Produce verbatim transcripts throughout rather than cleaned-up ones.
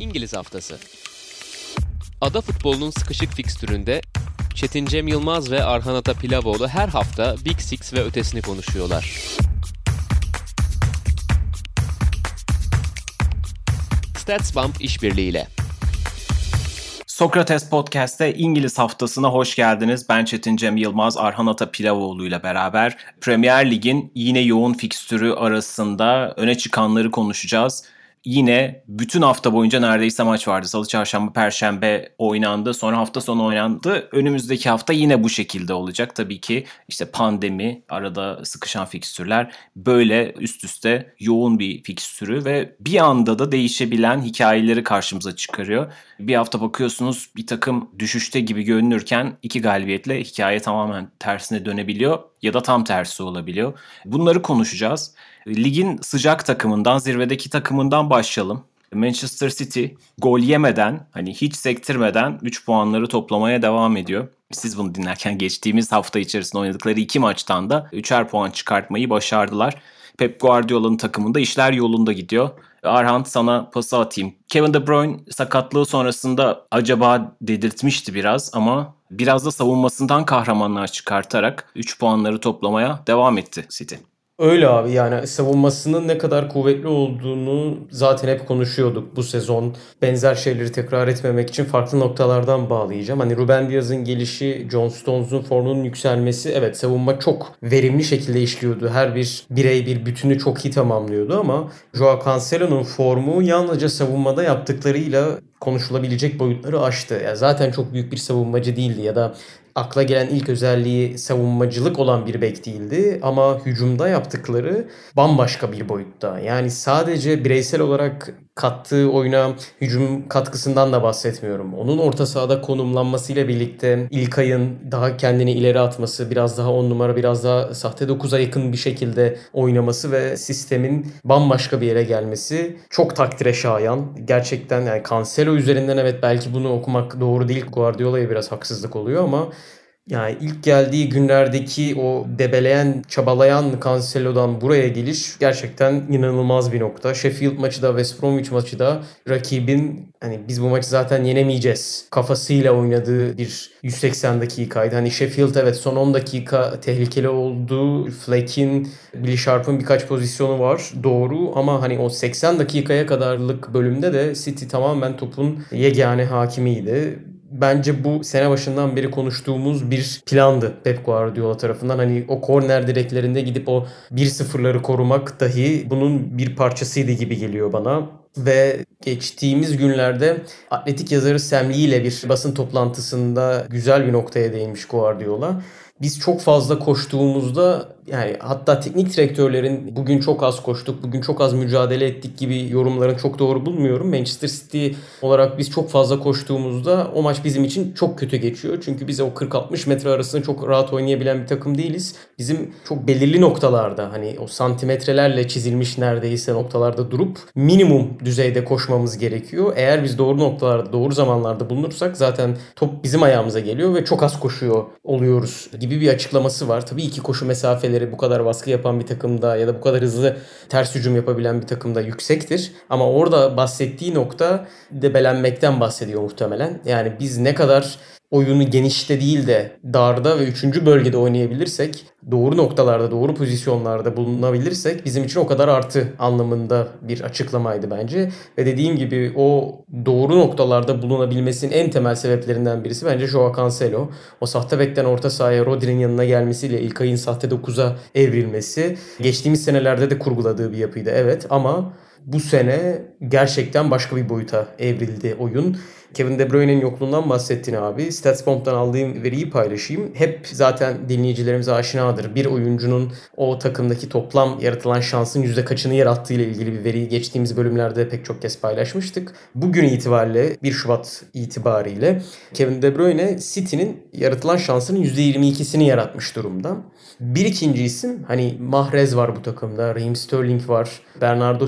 İngiliz Haftası. Ada futbolunun sıkışık fikstüründe Çetin Cem Yılmaz ve Arhan Atapilavoğlu her hafta Big Six ve ötesini konuşuyorlar. StatsBomb işbirliğiyle. Sokrates Podcast'te İngiliz Haftası'na hoş geldiniz. Ben Çetin Cem Yılmaz, Arhan Atapilavoğlu ile beraber Premier Lig'in yine yoğun fikstürü arasında öne çıkanları konuşacağız. Yine bütün hafta boyunca neredeyse maç vardı. Salı, çarşamba, perşembe oynandı. Sonra hafta sonu oynandı. Önümüzdeki hafta yine bu şekilde olacak. Tabii ki işte pandemi, arada sıkışan fikstürler, böyle üst üste yoğun bir fikstürü ve bir anda da değişebilen hikayeleri karşımıza çıkarıyor. Bir hafta bakıyorsunuz bir takım düşüşte gibi görünürken iki galibiyetle hikaye tamamen tersine dönebiliyor ya da tam tersi olabiliyor. Bunları konuşacağız. Ligin sıcak takımından, zirvedeki takımından başlayalım. Manchester City gol yemeden, hani hiç sektirmeden üç puanları toplamaya devam ediyor. Siz bunu dinlerken geçtiğimiz hafta içerisinde oynadıkları iki maçtan da üçer puan çıkartmayı başardılar. Pep Guardiola'nın takımında işler yolunda gidiyor. Arhan, sana pası atayım. Kevin De Bruyne sakatlığı sonrasında acaba dedirtmişti biraz ama biraz da savunmasından kahramanlar çıkartarak üç puanları toplamaya devam etti City. Öyle abi, yani savunmasının ne kadar kuvvetli olduğunu zaten hep konuşuyorduk bu sezon. Benzer şeyleri tekrar etmemek için farklı noktalardan bağlayacağım. Hani Ruben Dias'ın gelişi, John Stones'un formunun yükselmesi, evet savunma çok verimli şekilde işliyordu. Her bir birey bir bütünü çok iyi tamamlıyordu ama Joao Cancelo'nun formu yalnızca savunmada yaptıklarıyla konuşulabilecek boyutları aştı. Yani zaten çok büyük bir savunmacı değildi ya da akla gelen ilk özelliği savunmacılık olan bir bek değildi ama hücumda yaptıkları bambaşka bir boyutta. Yani sadece bireysel olarak kattığı oyuna hücum katkısından da bahsetmiyorum. Onun orta sahada konumlanmasıyla birlikte İlkay'ın daha kendini ileri atması, biraz daha on numara, biraz daha sahte dokuza yakın bir şekilde oynaması ve sistemin bambaşka bir yere gelmesi çok takdire şayan. Gerçekten yani Cancelo üzerinden evet belki bunu okumak doğru değil. Guardiola'ya biraz haksızlık oluyor ama yani ilk geldiği günlerdeki o debeleyen, çabalayan Cancelo'dan buraya geliş gerçekten inanılmaz bir nokta. Sheffield maçı da, West Bromwich maçı da rakibin hani biz bu maçı zaten yenemeyeceğiz kafasıyla oynadığı bir yüz seksen dakikaydı. Hani Sheffield evet son on dakika tehlikeli oldu. Fleck'in, Billy Sharp'ın birkaç pozisyonu var. Doğru ama hani o seksen dakikaya kadarlık bölümde de City tamamen topun yegane hakimiydi. Bence bu sene başından beri konuştuğumuz bir plandı Pep Guardiola tarafından. Hani o korner direklerinde gidip o bir sıfırları korumak dahi bunun bir parçasıydı gibi geliyor bana. Ve geçtiğimiz günlerde atletik yazarı Sam Lee ile bir basın toplantısında güzel bir noktaya değinmiş Guardiola. Biz çok fazla koştuğumuzda, yani hatta teknik direktörlerin bugün çok az koştuk, bugün çok az mücadele ettik gibi yorumlarını çok doğru bulmuyorum. Manchester City olarak biz çok fazla koştuğumuzda o maç bizim için çok kötü geçiyor. Çünkü biz o kırk altmış metre arasında çok rahat oynayabilen bir takım değiliz. Bizim çok belirli noktalarda, hani o santimetrelerle çizilmiş neredeyse noktalarda durup minimum düzeyde koşmamız gerekiyor. Eğer biz doğru noktalarda, doğru zamanlarda bulunursak zaten top bizim ayağımıza geliyor ve çok az koşuyor oluyoruz gibi bir açıklaması var. Tabii ki koşu mesafeleri bu kadar baskı yapan bir takımda ya da bu kadar hızlı ters hücum yapabilen bir takımda yüksektir. Ama orada bahsettiği nokta debelenmekten bahsediyor muhtemelen. Yani biz ne kadar oyunu genişte değil de darda ve üçüncü bölgede oynayabilirsek, doğru noktalarda, doğru pozisyonlarda bulunabilirsek bizim için o kadar artı anlamında bir açıklamaydı bence. Ve dediğim gibi o doğru noktalarda bulunabilmesinin en temel sebeplerinden birisi bence Joao Cancelo. O sahte bekten orta sahaya Rodri'nin yanına gelmesiyle İlkay'ın sahte dokuza evrilmesi geçtiğimiz senelerde de kurguladığı bir yapıydı evet ama bu sene gerçekten başka bir boyuta evrildi oyun. Kevin De Bruyne'nin yokluğundan bahsettin abi. StatsBomb'dan aldığım veriyi paylaşayım. Hep zaten dinleyicilerimize aşinadır. Bir oyuncunun o takımdaki toplam yaratılan şansın yüzde kaçını yarattığı ile ilgili bir veriyi geçtiğimiz bölümlerde pek çok kez paylaşmıştık. Bugün itibariyle bir Şubat itibariyle Kevin De Bruyne City'nin yaratılan şansının yüzde yirmi ikisini yaratmış durumda. Bir ikinci isim, hani Mahrez var bu takımda, Raheem Sterling var, Bernardo Silva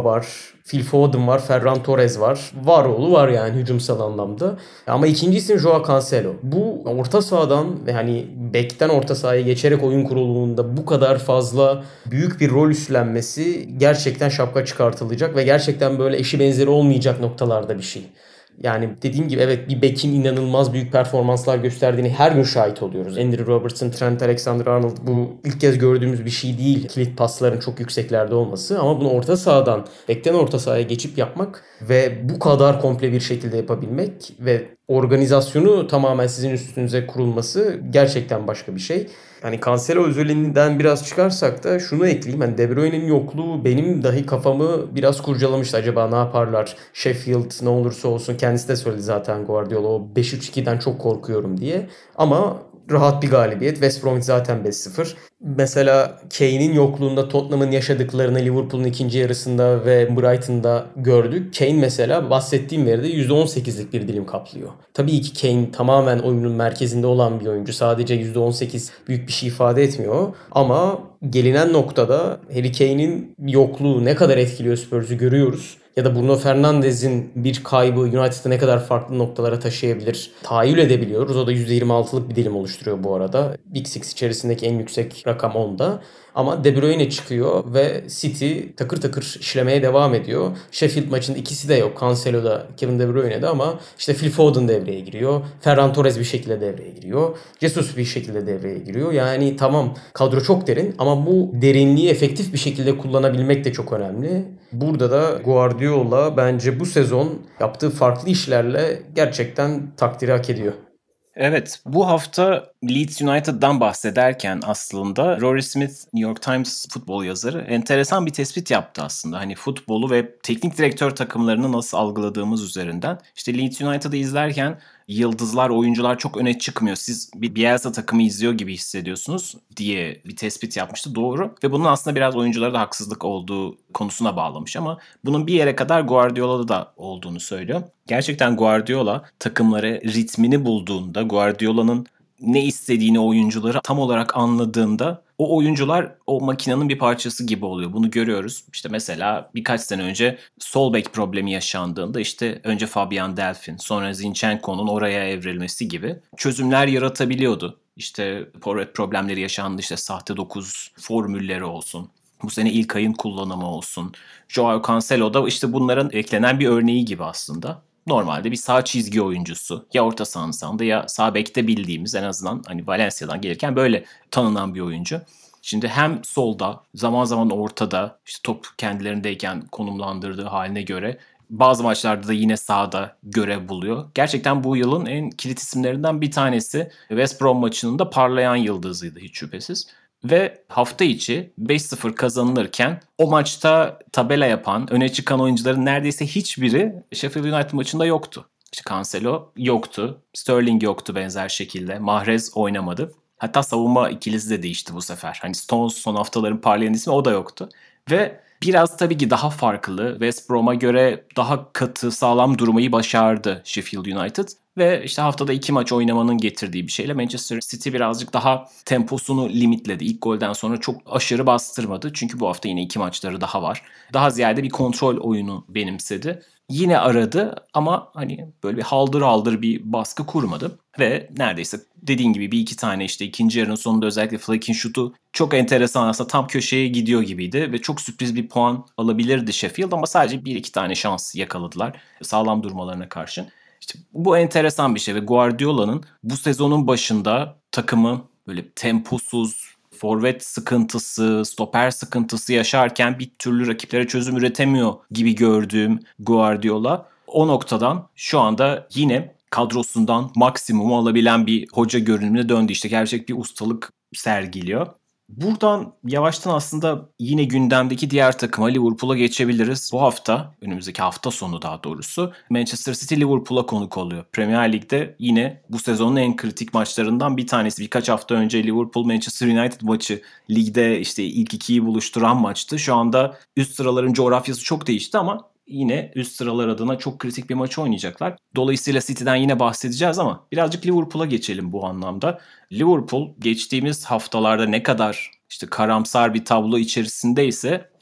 Pogba var, Phil Foden var, Ferran Torres var. Var oğlu var yani hücumsal anlamda. Ama ikinci isim Joao Cancelo. Bu orta sahadan yani bekten orta sahaya geçerek oyun kurulumunda bu kadar fazla büyük bir rol üstlenmesi gerçekten şapka çıkartılacak ve gerçekten böyle eşi benzeri olmayacak noktalarda bir şey. Yani dediğim gibi evet bir bekin inanılmaz büyük performanslar gösterdiğini her gün şahit oluyoruz. Andrew Robertson, Trent Alexander-Arnold bu ilk kez gördüğümüz bir şey değil. Kilit pasların çok yükseklerde olması ama bunu orta sahadan, bekten orta sahaya geçip yapmak ve bu kadar komple bir şekilde yapabilmek ve organizasyonu tamamen sizin üstünüze kurulması gerçekten başka bir şey. Yani Cancelo özelinden biraz çıkarsak da şunu ekleyeyim. Yani De Bruyne'nin yokluğu benim dahi kafamı biraz kurcalamıştı. Acaba ne yaparlar? Sheffield ne olursa olsun kendisi de söyledi zaten Guardiola. O beş üç ikiden çok korkuyorum diye. Ama rahat bir galibiyet. West Bromwich zaten beş sıfır. Mesela Kane'in yokluğunda Tottenham'ın yaşadıklarını Liverpool'un ikinci yarısında ve Brighton'da gördük. Kane mesela bahsettiğim veride yüzde on sekizlik bir dilim kaplıyor. Tabii ki Kane tamamen oyunun merkezinde olan bir oyuncu. Sadece yüzde on sekiz büyük bir şey ifade etmiyor. Ama gelinen noktada Harry Kane'in yokluğu ne kadar etkiliyor Spurs'u görüyoruz. Ya da Bruno Fernandes'in bir kaybı United'ı ne kadar farklı noktalara taşıyabilir tahayyül edebiliyoruz. O da yüzde yirmi altılık bir dilim oluşturuyor bu arada. Big Six içerisindeki en yüksek rakam onda. Ama De Bruyne çıkıyor ve City takır takır işlemeye devam ediyor. Sheffield maçında ikisi de yok. Cancelo'da, Kevin De Bruyne'de ama işte Phil Foden devreye giriyor. Ferran Torres bir şekilde devreye giriyor. Jesus bir şekilde devreye giriyor. Yani tamam kadro çok derin ama bu derinliği efektif bir şekilde kullanabilmek de çok önemli. Burada da Guardiola bence bu sezon yaptığı farklı işlerle gerçekten takdiri hak ediyor. Evet, bu hafta Leeds United'dan bahsederken aslında Rory Smith, New York Times futbol yazarı enteresan bir tespit yaptı aslında. Hani futbolu ve teknik direktör takımlarını nasıl algıladığımız üzerinden. İşte Leeds United'ı izlerken yıldızlar, oyuncular çok öne çıkmıyor. Siz bir Bielsa takımı izliyor gibi hissediyorsunuz diye bir tespit yapmıştı. Doğru. Ve bunun aslında biraz oyunculara da haksızlık olduğu konusuna bağlamış ama bunun bir yere kadar Guardiola'da da olduğunu söylüyor. Gerçekten Guardiola takımları ritmini bulduğunda, Guardiola'nın ne istediğini oyuncuları tam olarak anladığında o oyuncular o makinenin bir parçası gibi oluyor. Bunu görüyoruz. İşte mesela birkaç sene önce sol bek problemi yaşandığında işte önce Fabian Delphin, sonra Zinchenko'nun oraya evrilmesi gibi çözümler yaratabiliyordu. İşte forvet problemleri yaşandı. İşte sahte dokuz formülleri olsun. Bu sene İlkay'ın kullanımı olsun. Joao Cancelo da işte bunların eklenen bir örneği gibi aslında. Normalde bir sağ çizgi oyuncusu. Ya orta sahanın sağında ya sağ bekte bildiğimiz en azından hani Valencia'dan gelirken böyle tanınan bir oyuncu. Şimdi hem solda zaman zaman ortada işte top kendilerindeyken konumlandırdığı haline göre bazı maçlarda da yine sağda görev buluyor. Gerçekten bu yılın en kilit isimlerinden bir tanesi. West Brom maçının da parlayan yıldızıydı hiç şüphesiz. Ve hafta içi beş sıfır kazanılırken o maçta tabela yapan, öne çıkan oyuncuların neredeyse hiçbiri Sheffield United maçında yoktu. İşte Cancelo yoktu, Sterling yoktu benzer şekilde, Mahrez oynamadı. Hatta savunma ikilisi de değişti bu sefer. Hani Stones son haftaların parlayan ismi o da yoktu. Ve biraz tabii ki daha farklı, West Brom'a göre daha katı, sağlam durmayı başardı Sheffield United. Ve işte haftada iki maç oynamanın getirdiği bir şeyle Manchester City birazcık daha temposunu limitledi. İlk golden sonra çok aşırı bastırmadı. Çünkü bu hafta yine iki maçları daha var. Daha ziyade bir kontrol oyunu benimsedi. Yine aradı ama hani böyle bir haldır haldır bir baskı kurmadı. Ve neredeyse dediğin gibi bir iki tane işte ikinci yarının sonunda özellikle Fleck'in şutu çok enteresan aslında tam köşeye gidiyor gibiydi. Ve çok sürpriz bir puan alabilirdi Sheffield ama sadece bir iki tane şans yakaladılar sağlam durmalarına karşın. İşte bu enteresan bir şey ve Guardiola'nın bu sezonun başında takımı böyle temposuz, forvet sıkıntısı, stoper sıkıntısı yaşarken bir türlü rakiplere çözüm üretemiyor gibi gördüğüm Guardiola o noktadan şu anda yine kadrosundan maksimumu alabilen bir hoca görünümüne döndü. İşte gerçek bir ustalık sergiliyor. Buradan yavaştan aslında yine gündemdeki diğer takıma Liverpool'a geçebiliriz. Bu hafta, önümüzdeki hafta sonu daha doğrusu Manchester City Liverpool'a konuk oluyor. Premier Lig'de yine bu sezonun en kritik maçlarından bir tanesi. Birkaç hafta önce Liverpool Manchester United maçı ligde işte ilk ikiyi buluşturan maçtı. Şu anda üst sıraların coğrafyası çok değişti ama yine üst sıralar adına çok kritik bir maç oynayacaklar. Dolayısıyla City'den yine bahsedeceğiz ama birazcık Liverpool'a geçelim bu anlamda. Liverpool geçtiğimiz haftalarda ne kadar işte karamsar bir tablo içerisindeyse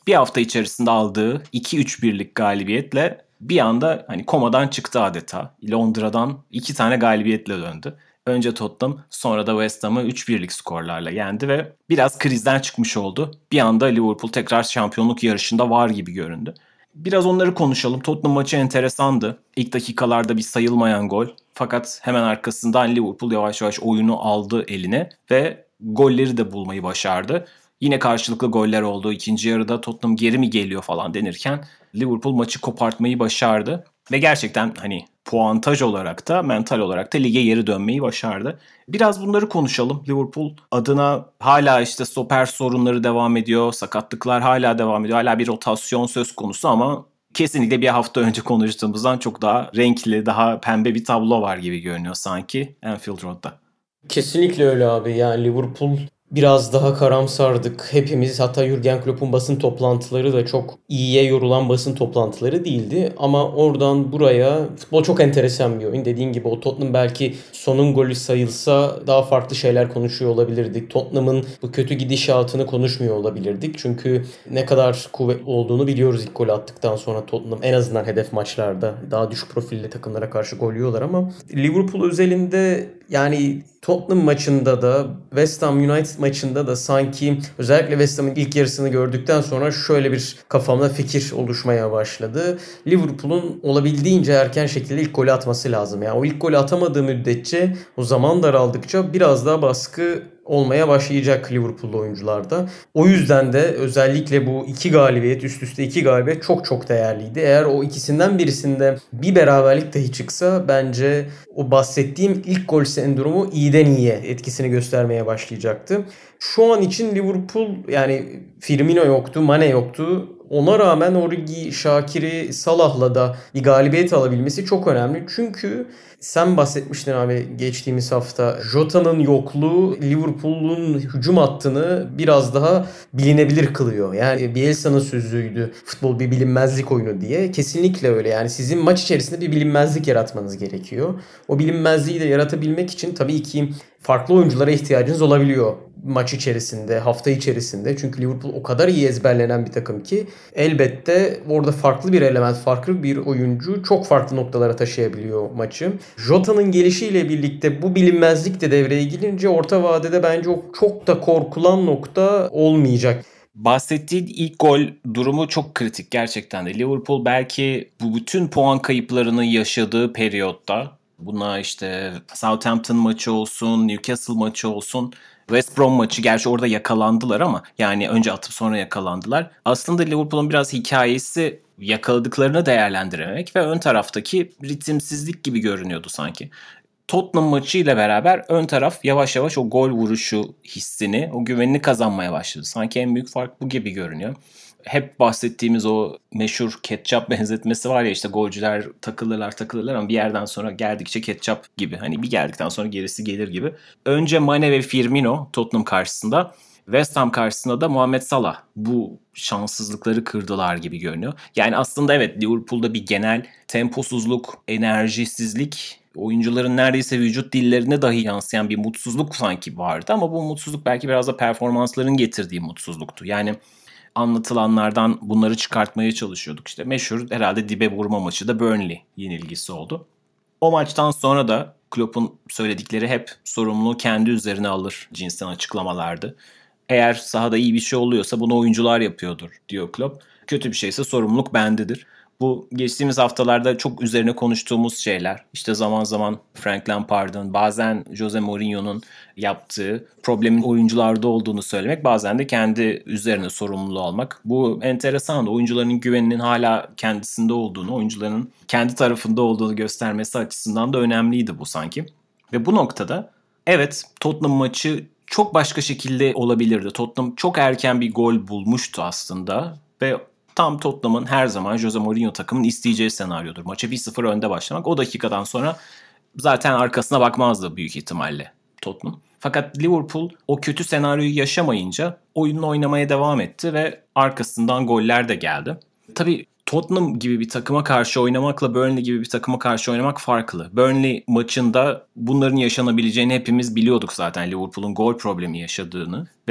bir hafta içerisinde aldığı iki üç birlik galibiyetle bir anda hani komadan çıktı adeta. Londra'dan iki tane galibiyetle döndü. Önce Tottenham, sonra da West Ham'ı üç birlik skorlarla yendi ve biraz krizden çıkmış oldu. Bir anda Liverpool tekrar şampiyonluk yarışında var gibi göründü. Biraz onları konuşalım. Tottenham maçı enteresandı. İlk dakikalarda bir sayılmayan gol. Fakat hemen arkasından Liverpool yavaş yavaş oyunu aldı eline ve golleri de bulmayı başardı. Yine karşılıklı goller oldu. İkinci yarıda Tottenham geri mi geliyor falan denirken Liverpool maçı kopartmayı başardı. Ve gerçekten hani puantaj olarak da mental olarak da lige geri dönmeyi başardı. Biraz bunları konuşalım. Liverpool adına hala işte stoper sorunları devam ediyor. Sakatlıklar hala devam ediyor. Hala bir rotasyon söz konusu ama kesinlikle bir hafta önce konuştuğumuzdan çok daha renkli, daha pembe bir tablo var gibi görünüyor sanki Anfield Road'da. Kesinlikle öyle abi. Yani Liverpool biraz daha karamsardık. Hepimiz, hatta Jürgen Klopp'un basın toplantıları da çok iyiye yorulan basın toplantıları değildi. Ama oradan buraya futbol çok enteresan bir oyun. Dediğin gibi o Tottenham belki sonun golü sayılsa daha farklı şeyler konuşuyor olabilirdik. Tottenham'ın bu kötü gidişatını konuşmuyor olabilirdik. Çünkü ne kadar kuvvetli olduğunu biliyoruz ilk golü attıktan sonra Tottenham. En azından hedef maçlarda daha düşük profilli takımlara karşı gol yiyorlar ama Liverpool özelinde yani Tottenham maçında da West Ham United maçında da sanki özellikle West Ham'ın ilk yarısını gördükten sonra şöyle bir kafamda fikir oluşmaya başladı. Liverpool'un olabildiğince erken şekilde ilk golü atması lazım. Yani o ilk golü atamadığı müddetçe o zaman daraldıkça biraz daha baskı olmaya başlayacak Liverpool'lu oyuncularda. O yüzden de özellikle bu iki galibiyet, üst üste iki galibiyet çok çok değerliydi. Eğer o ikisinden birisinde bir beraberlik dahi çıksa bence o bahsettiğim ilk gol sendromu iyiden iyiye etkisini göstermeye başlayacaktı. Şu an için Liverpool, yani Firmino yoktu, Mane yoktu. Ona rağmen Origi, Şakir'i, Salah'la da bir galibiyet alabilmesi çok önemli. Çünkü sen bahsetmiştin abi geçtiğimiz hafta. Jota'nın yokluğu Liverpool'un hücum hattını biraz daha bilinebilir kılıyor. Yani Bielsa'nın sözüydü, futbol bir bilinmezlik oyunu diye. Kesinlikle öyle. Yani sizin maç içerisinde bir bilinmezlik yaratmanız gerekiyor. O bilinmezliği de yaratabilmek için tabii ki farklı oyunculara ihtiyacınız olabiliyor maç içerisinde, hafta içerisinde. Çünkü Liverpool o kadar iyi ezberlenen bir takım ki elbette orada farklı bir element, farklı bir oyuncu çok farklı noktalara taşıyabiliyor maçı. Jota'nın gelişiyle birlikte bu bilinmezlik de devreye girince orta vadede bence o çok da korkulan nokta olmayacak. Bahsettiğin ilk gol durumu çok kritik gerçekten de. Liverpool belki bu bütün puan kayıplarını yaşadığı periyotta, buna işte Southampton maçı olsun, Newcastle maçı olsun, West Brom maçı, gerçi orada yakalandılar ama yani önce atıp sonra yakalandılar. Aslında Liverpool'un biraz hikayesi yakaladıklarını değerlendiremek ve ön taraftaki ritimsizlik gibi görünüyordu sanki. Tottenham maçı ile beraber ön taraf yavaş yavaş o gol vuruşu hissini, o güvenini kazanmaya başladı. Sanki en büyük fark bu gibi görünüyor. Hep bahsettiğimiz o meşhur ketçap benzetmesi var ya, işte golcüler takılırlar takılırlar ama bir yerden sonra geldikçe ketçap gibi. Hani bir geldikten sonra gerisi gelir gibi. Önce Mane ve Firmino Tottenham karşısında, West Ham karşısında da Muhammed Salah bu şanssızlıkları kırdılar gibi görünüyor. Yani aslında evet, Liverpool'da bir genel temposuzluk, enerjisizlik, oyuncuların neredeyse vücut dillerine dahi yansıyan bir mutsuzluk sanki vardı. Ama bu mutsuzluk belki biraz da performansların getirdiği mutsuzluktu. Yani anlatılanlardan bunları çıkartmaya çalışıyorduk. İşte meşhur herhalde dibe vurma maçı da Burnley yenilgisi oldu. O maçtan sonra da Klopp'un söyledikleri hep sorumluluğu kendi üzerine alır cinsten açıklamalardı. Eğer sahada iyi bir şey oluyorsa bunu oyuncular yapıyordur diyor Klopp. Kötü bir şeyse sorumluluk bendedir. Bu geçtiğimiz haftalarda çok üzerine konuştuğumuz şeyler. İşte zaman zaman Frank Lampard'ın, bazen Jose Mourinho'nun yaptığı problemin oyuncularda olduğunu söylemek, bazen de kendi üzerine sorumluluğu almak. Bu enteresan. Oyuncuların güveninin hala kendisinde olduğunu, oyuncuların kendi tarafında olduğunu göstermesi açısından da önemliydi bu sanki. Ve bu noktada evet, Tottenham maçı çok başka şekilde olabilirdi. Tottenham çok erken bir gol bulmuştu aslında ve tam Tottenham'ın her zaman Jose Mourinho takımın isteyeceği senaryodur. Maça bir sıfır önde başlamak. O dakikadan sonra zaten arkasına bakmazdı büyük ihtimalle Tottenham. Fakat Liverpool o kötü senaryoyu yaşamayınca oyununu oynamaya devam etti ve arkasından goller de geldi. Tabii Tottenham gibi bir takıma karşı oynamakla Burnley gibi bir takıma karşı oynamak farklı. Burnley maçında bunların yaşanabileceğini hepimiz biliyorduk zaten, Liverpool'un gol problemi yaşadığını ve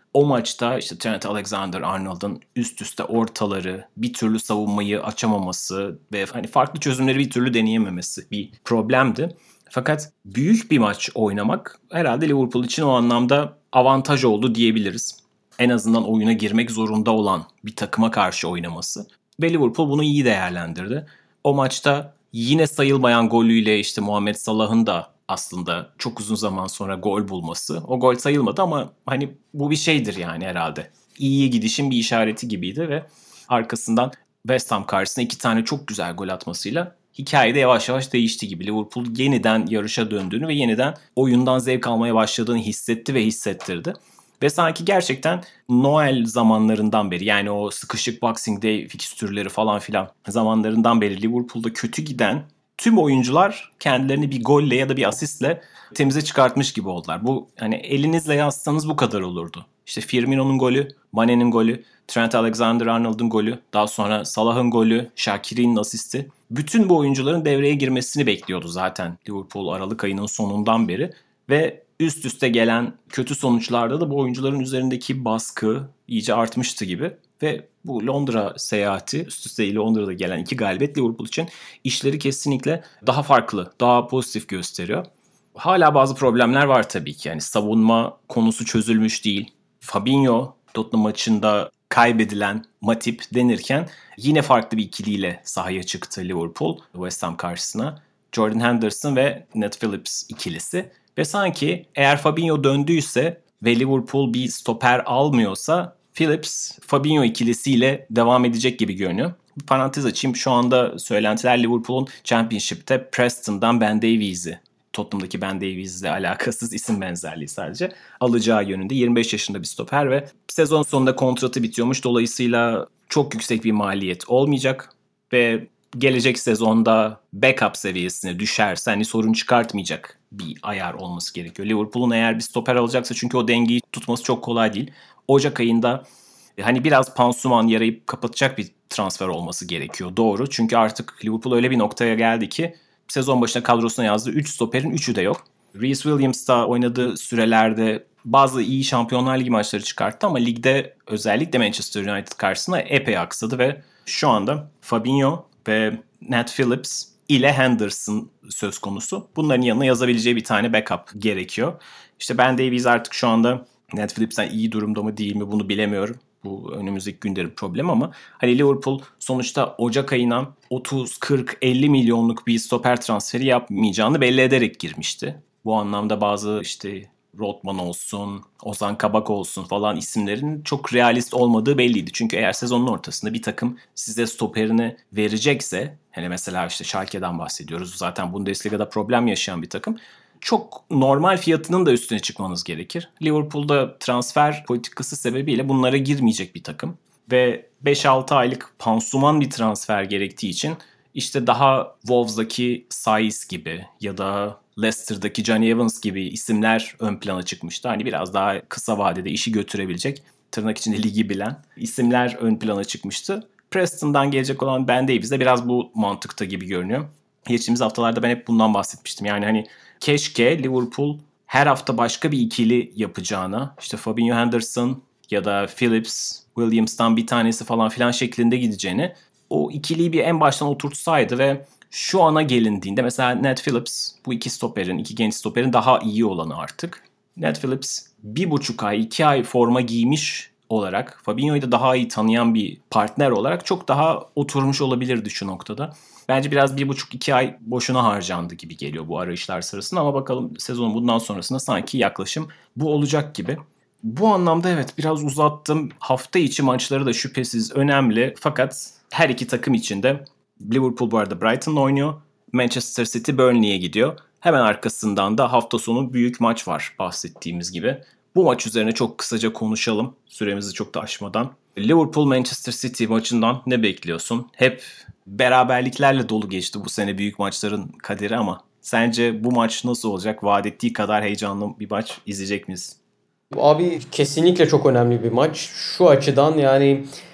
o maçta işte Trent Alexander-Arnold'un üst üste ortaları, bir türlü savunmayı açamaması ve hani farklı çözümleri bir türlü deneyememesi bir problemdi. Fakat büyük bir maç oynamak herhalde Liverpool için o anlamda avantaj oldu diyebiliriz. En azından oyuna girmek zorunda olan bir takıma karşı oynaması. Ve Liverpool bunu iyi değerlendirdi. O maçta yine sayılmayan golüyle işte Muhammed Salah'ın da aslında çok uzun zaman sonra gol bulması. O gol sayılmadı ama hani bu bir şeydir yani herhalde. İyiye gidişin bir işareti gibiydi ve arkasından West Ham karşısında iki tane çok güzel gol atmasıyla hikaye de yavaş yavaş değişti gibi. Liverpool yeniden yarışa döndüğünü ve yeniden oyundan zevk almaya başladığını hissetti ve hissettirdi. Ve sanki gerçekten Noel zamanlarından beri, yani o sıkışık Boxing Day fikstürleri falan filan zamanlarından beri Liverpool'da kötü giden tüm oyuncular kendilerini bir golle ya da bir asistle temize çıkartmış gibi oldular. Bu hani elinizle yazsanız bu kadar olurdu. İşte Firmino'nun golü, Mane'nin golü, Trent Alexander-Arnold'un golü, daha sonra Salah'ın golü, Shaqiri'nin asisti. Bütün bu oyuncuların devreye girmesini bekliyordu zaten Liverpool Aralık ayının sonundan beri ve üst üste gelen kötü sonuçlarda da bu oyuncuların üzerindeki baskı iyice artmıştı gibi. Ve bu Londra seyahati, üst üste Londra'da gelen iki galibiyet Liverpool için işleri kesinlikle daha farklı, daha pozitif gösteriyor. Hala bazı problemler var tabii ki. Yani savunma konusu çözülmüş değil. Fabinho Tottenham maçında kaybedilen Matip denirken yine farklı bir ikiliyle sahaya çıktı Liverpool West Ham karşısına. Jordan Henderson ve Nat Phillips ikilisi. Ve sanki eğer Fabinho döndüyse ve Liverpool bir stoper almıyorsa Phillips, Fabinho ikilisiyle devam edecek gibi görünüyor. Bir parantez açayım. Şu anda söylentiler Liverpool'un Championship'te Preston'dan Ben Davies'i, Tottenham'daki Ben Davies'le alakasız isim benzerliği sadece, alacağı yönünde. yirmi beş yaşında bir stoper ve sezon sonunda kontratı bitiyormuş. Dolayısıyla çok yüksek bir maliyet olmayacak ve gelecek sezonda backup seviyesine düşerse hani sorun çıkartmayacak bir ayar olması gerekiyor. Liverpool'un eğer bir stoper alacaksa, çünkü o dengeyi tutması çok kolay değil. Ocak ayında hani biraz pansuman yarayıp kapatacak bir transfer olması gerekiyor. Doğru. Çünkü artık Liverpool öyle bir noktaya geldi ki sezon başına kadrosuna yazdığı üç stoperin üçü de yok. Reece Williams da oynadığı sürelerde bazı iyi Şampiyonlar Ligi maçları çıkarttı ama ligde özellikle Manchester United karşısında epey aksadı ve şu anda Fabinho ve Nat Phillips ile Henderson söz konusu. Bunların yanına yazabileceği bir tane backup gerekiyor. İşte Ben Davies artık şu anda Nat Phillips'ten iyi durumda mı değil mi bunu bilemiyorum. Bu önümüzdeki günlerin problemi ama hani Liverpool sonuçta Ocak ayına otuz, kırk, elli milyonluk bir stoper transferi yapmayacağını belli ederek girmişti. Bu anlamda bazı işte Rodman olsun, Ozan Kabak olsun falan isimlerin çok realist olmadığı belliydi. Çünkü eğer sezonun ortasında bir takım size stoperini verecekse, hani mesela işte Schalke'den bahsediyoruz. Zaten Bundesliga'da problem yaşayan bir takım. Çok normal fiyatının da üstüne çıkmanız gerekir. Liverpool'da transfer politikası sebebiyle bunlara girmeyecek bir takım. Ve beş altı aylık pansuman bir transfer gerektiği için işte daha Wolves'daki Saiz gibi ya da Leicester'daki Johnny Evans gibi isimler ön plana çıkmıştı. Hani biraz daha kısa vadede işi götürebilecek, tırnak içinde ligi bilen isimler ön plana çıkmıştı. Preston'dan gelecek olan Ben Davies de biraz bu mantıkta gibi görünüyor. Geçtiğimiz haftalarda ben hep bundan bahsetmiştim. Yani hani keşke Liverpool her hafta başka bir ikili yapacağına, işte Fabinho Henderson ya da Phillips, Williams'tan bir tanesi falan filan şeklinde gideceğini, o ikiliyi bir en baştan oturtsaydı ve şu ana gelindiğinde mesela Nat Phillips, bu iki stoperin, iki genç stoperin daha iyi olanı artık. Nat Phillips bir buçuk ay, iki ay forma giymiş olarak, Fabinho'yu da daha iyi tanıyan bir partner olarak çok daha oturmuş olabilirdi şu noktada. Bence biraz bir buçuk iki ay boşuna harcandı gibi geliyor bu arayışlar sırasında ama bakalım sezonun bundan sonrasında sanki yaklaşım bu olacak gibi. Bu anlamda evet biraz uzattım. Hafta içi maçları da şüphesiz önemli fakat her iki takım için de Liverpool bu arada Brighton'la oynuyor. Manchester City Burnley'e gidiyor. Hemen arkasından da hafta sonu büyük maç var bahsettiğimiz gibi. Bu maç üzerine çok kısaca konuşalım süremizi çok da aşmadan. Liverpool Manchester City maçından ne bekliyorsun? Hep beraberliklerle dolu geçti bu sene büyük maçların kaderi ama sence bu maç nasıl olacak? Vaat ettiği kadar heyecanlı bir maç izleyecek miyiz? Abi kesinlikle çok önemli bir maç. Şu açıdan yani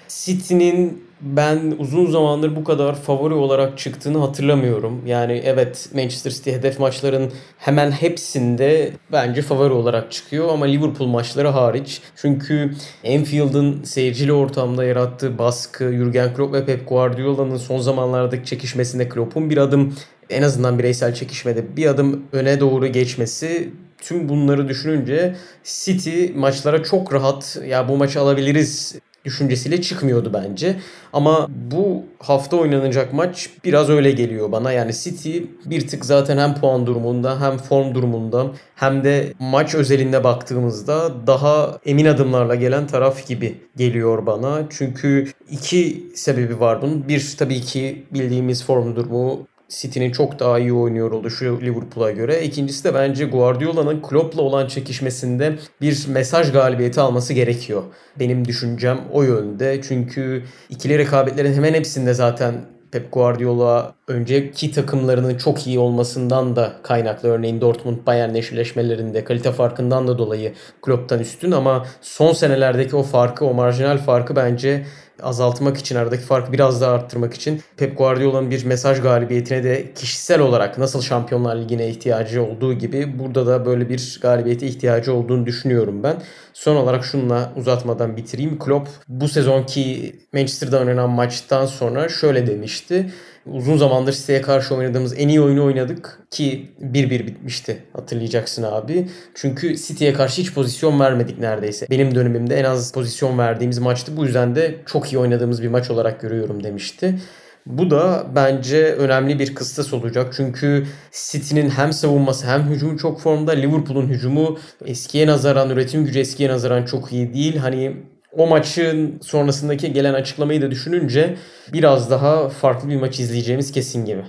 City'nin ben uzun zamandır bu kadar favori olarak çıktığını hatırlamıyorum. Yani evet, Manchester City hedef maçların hemen hepsinde bence favori olarak çıkıyor ama Liverpool maçları hariç. Çünkü Anfield'ın seyircili ortamda yarattığı baskı, Jurgen Klopp ve Pep Guardiola'nın son zamanlardaki çekişmesinde Klopp'un bir adım, en azından bireysel çekişmede bir adım öne doğru geçmesi, tüm bunları düşününce City maçlara çok rahat ya bu maçı alabiliriz düşüncesiyle çıkmıyordu bence. Ama bu hafta oynanacak maç biraz öyle geliyor bana. Yani City bir tık zaten hem puan durumunda hem form durumunda hem de maç özelinde baktığımızda daha emin adımlarla gelen taraf gibi geliyor bana. Çünkü iki sebebi var bunun. Bir, tabii ki bildiğimiz form durumu, City'nin çok daha iyi oynuyor oluşu Liverpool'a göre. İkincisi de bence Guardiola'nın Klopp'la olan çekişmesinde bir mesaj galibiyeti alması gerekiyor. Benim düşüncem o yönde. Çünkü ikili rekabetlerin hemen hepsinde zaten Pep Guardiola önceki takımlarının çok iyi olmasından da kaynaklı. Örneğin Dortmund-Bayern eşleşmelerinde kalite farkından da dolayı Klopp'tan üstün ama son senelerdeki o farkı, o marjinal farkı bence azaltmak için, aradaki farkı biraz daha arttırmak için Pep Guardiola'nın bir mesaj galibiyetine de kişisel olarak nasıl Şampiyonlar Ligi'ne ihtiyacı olduğu gibi burada da böyle bir galibiyete ihtiyacı olduğunu düşünüyorum ben. Son olarak şununla uzatmadan bitireyim. Klopp bu sezonki Manchester'da oynanan maçtan sonra şöyle demişti: uzun zamandır City'ye karşı oynadığımız en iyi oyunu oynadık ki bir bir bitmişti, hatırlayacaksın abi. Çünkü City'ye karşı hiç pozisyon vermedik neredeyse. Benim dönemimde en az pozisyon verdiğimiz maçtı. Bu yüzden de çok iyi oynadığımız bir maç olarak görüyorum demişti. Bu da bence önemli bir kıstas olacak. Çünkü City'nin hem savunması hem hücumu çok formda. Liverpool'un hücumu eskiye nazaran, üretim gücü eskiye nazaran çok iyi değil. Hani o maçın sonrasındaki gelen açıklamayı da düşününce biraz daha farklı bir maç izleyeceğimiz kesin gibi.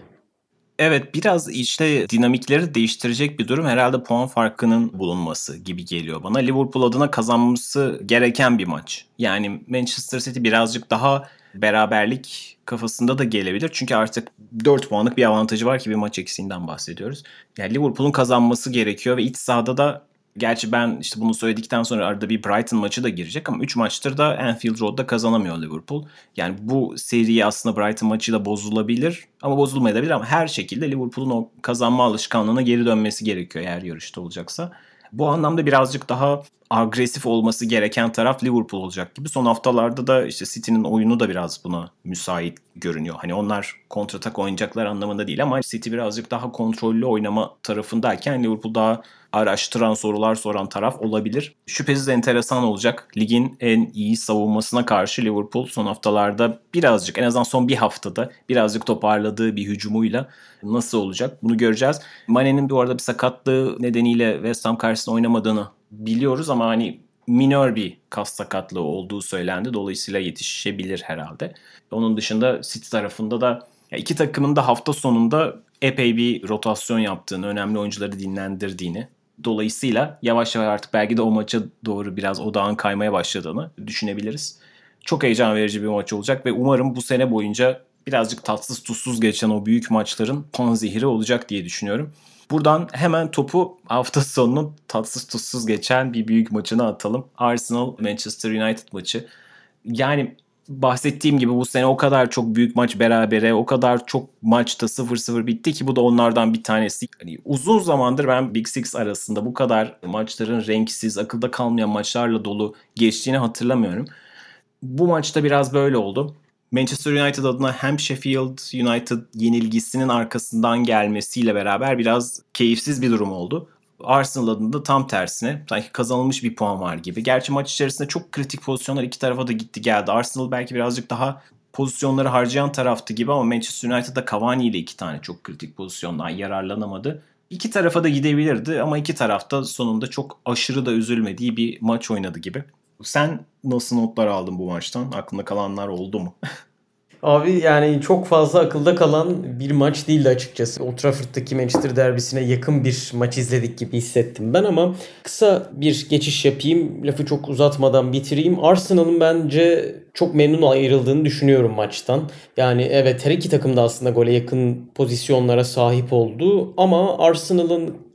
Evet, biraz işte dinamikleri değiştirecek bir durum herhalde puan farkının bulunması gibi geliyor bana. Liverpool adına kazanması gereken bir maç. Yani Manchester City birazcık daha beraberlik kafasında da gelebilir. Çünkü artık dört puanlık bir avantajı var ki bir maç eksiğinden bahsediyoruz. Yani Liverpool'un kazanması gerekiyor ve iç sahada da, gerçi ben işte bunu söyledikten sonra arada bir Brighton maçı da girecek ama üç maçtır da Anfield Road'da kazanamıyor Liverpool. Yani bu seri aslında Brighton maçıyla bozulabilir ama bozulmayabilir ama her şekilde Liverpool'un o kazanma alışkanlığına geri dönmesi gerekiyor eğer yarışta olacaksa. Bu anlamda birazcık daha agresif olması gereken taraf Liverpool olacak gibi. Son haftalarda da işte City'nin oyunu da biraz buna müsait görünüyor. Hani onlar kontratak oynayacaklar anlamında değil ama City birazcık daha kontrollü oynama tarafındayken Liverpool daha araştıran, sorular soran taraf olabilir. Şüphesiz enteresan olacak. Ligin en iyi savunmasına karşı Liverpool son haftalarda birazcık, en azından son bir haftada birazcık toparladığı bir hücumuyla nasıl olacak bunu göreceğiz. Mane'nin bu arada bir sakatlığı nedeniyle West Ham karşısında oynamadığını biliyoruz ama hani minör bir kas sakatlığı olduğu söylendi. Dolayısıyla yetişebilir herhalde. Onun dışında City tarafında da iki takımın da hafta sonunda epey bir rotasyon yaptığını, önemli oyuncuları dinlendirdiğini, dolayısıyla yavaş yavaş artık belki de o maça doğru biraz odağın kaymaya başladığını düşünebiliriz. Çok heyecan verici bir maç olacak ve umarım bu sene boyunca birazcık tatsız tuzsuz geçen o büyük maçların panzehiri olacak diye düşünüyorum. Buradan hemen topu hafta sonunun tatsız tuzsuz geçen bir büyük maçına atalım. Arsenal Manchester United maçı. Yani bahsettiğim gibi bu sene o kadar çok büyük maç berabere, o kadar çok maçta sıfır sıfır bitti ki bu da onlardan bir tanesi. Yani uzun zamandır ben Big Six arasında bu kadar maçların renksiz, akılda kalmayan maçlarla dolu geçtiğini hatırlamıyorum. Bu maçta biraz böyle oldu. Manchester United adına hem Sheffield United yenilgisinin arkasından gelmesiyle beraber biraz keyifsiz bir durum oldu. Arsenal adında tam tersine sanki kazanılmış bir puan var gibi. Gerçi maç içerisinde çok kritik pozisyonlar iki tarafa da gitti geldi. Arsenal belki birazcık daha pozisyonları harcayan taraftı gibi ama Manchester United'da Cavani ile iki tane çok kritik pozisyondan yararlanamadı. İki tarafa da gidebilirdi ama iki tarafta sonunda çok aşırı da üzülmediği bir maç oynadı gibi. Sen nasıl notlar aldın bu maçtan? Aklında kalanlar oldu mu? Abi yani çok fazla akılda kalan bir maç değildi açıkçası. Old Trafford'daki Manchester derbisine yakın bir maç izledik gibi hissettim ben ama kısa bir geçiş yapayım. Lafı çok uzatmadan bitireyim. Arsenal'ın bence çok memnun ayrıldığını düşünüyorum maçtan. Yani evet, her iki takım da aslında gole yakın pozisyonlara sahip oldu ama Arsenal'ın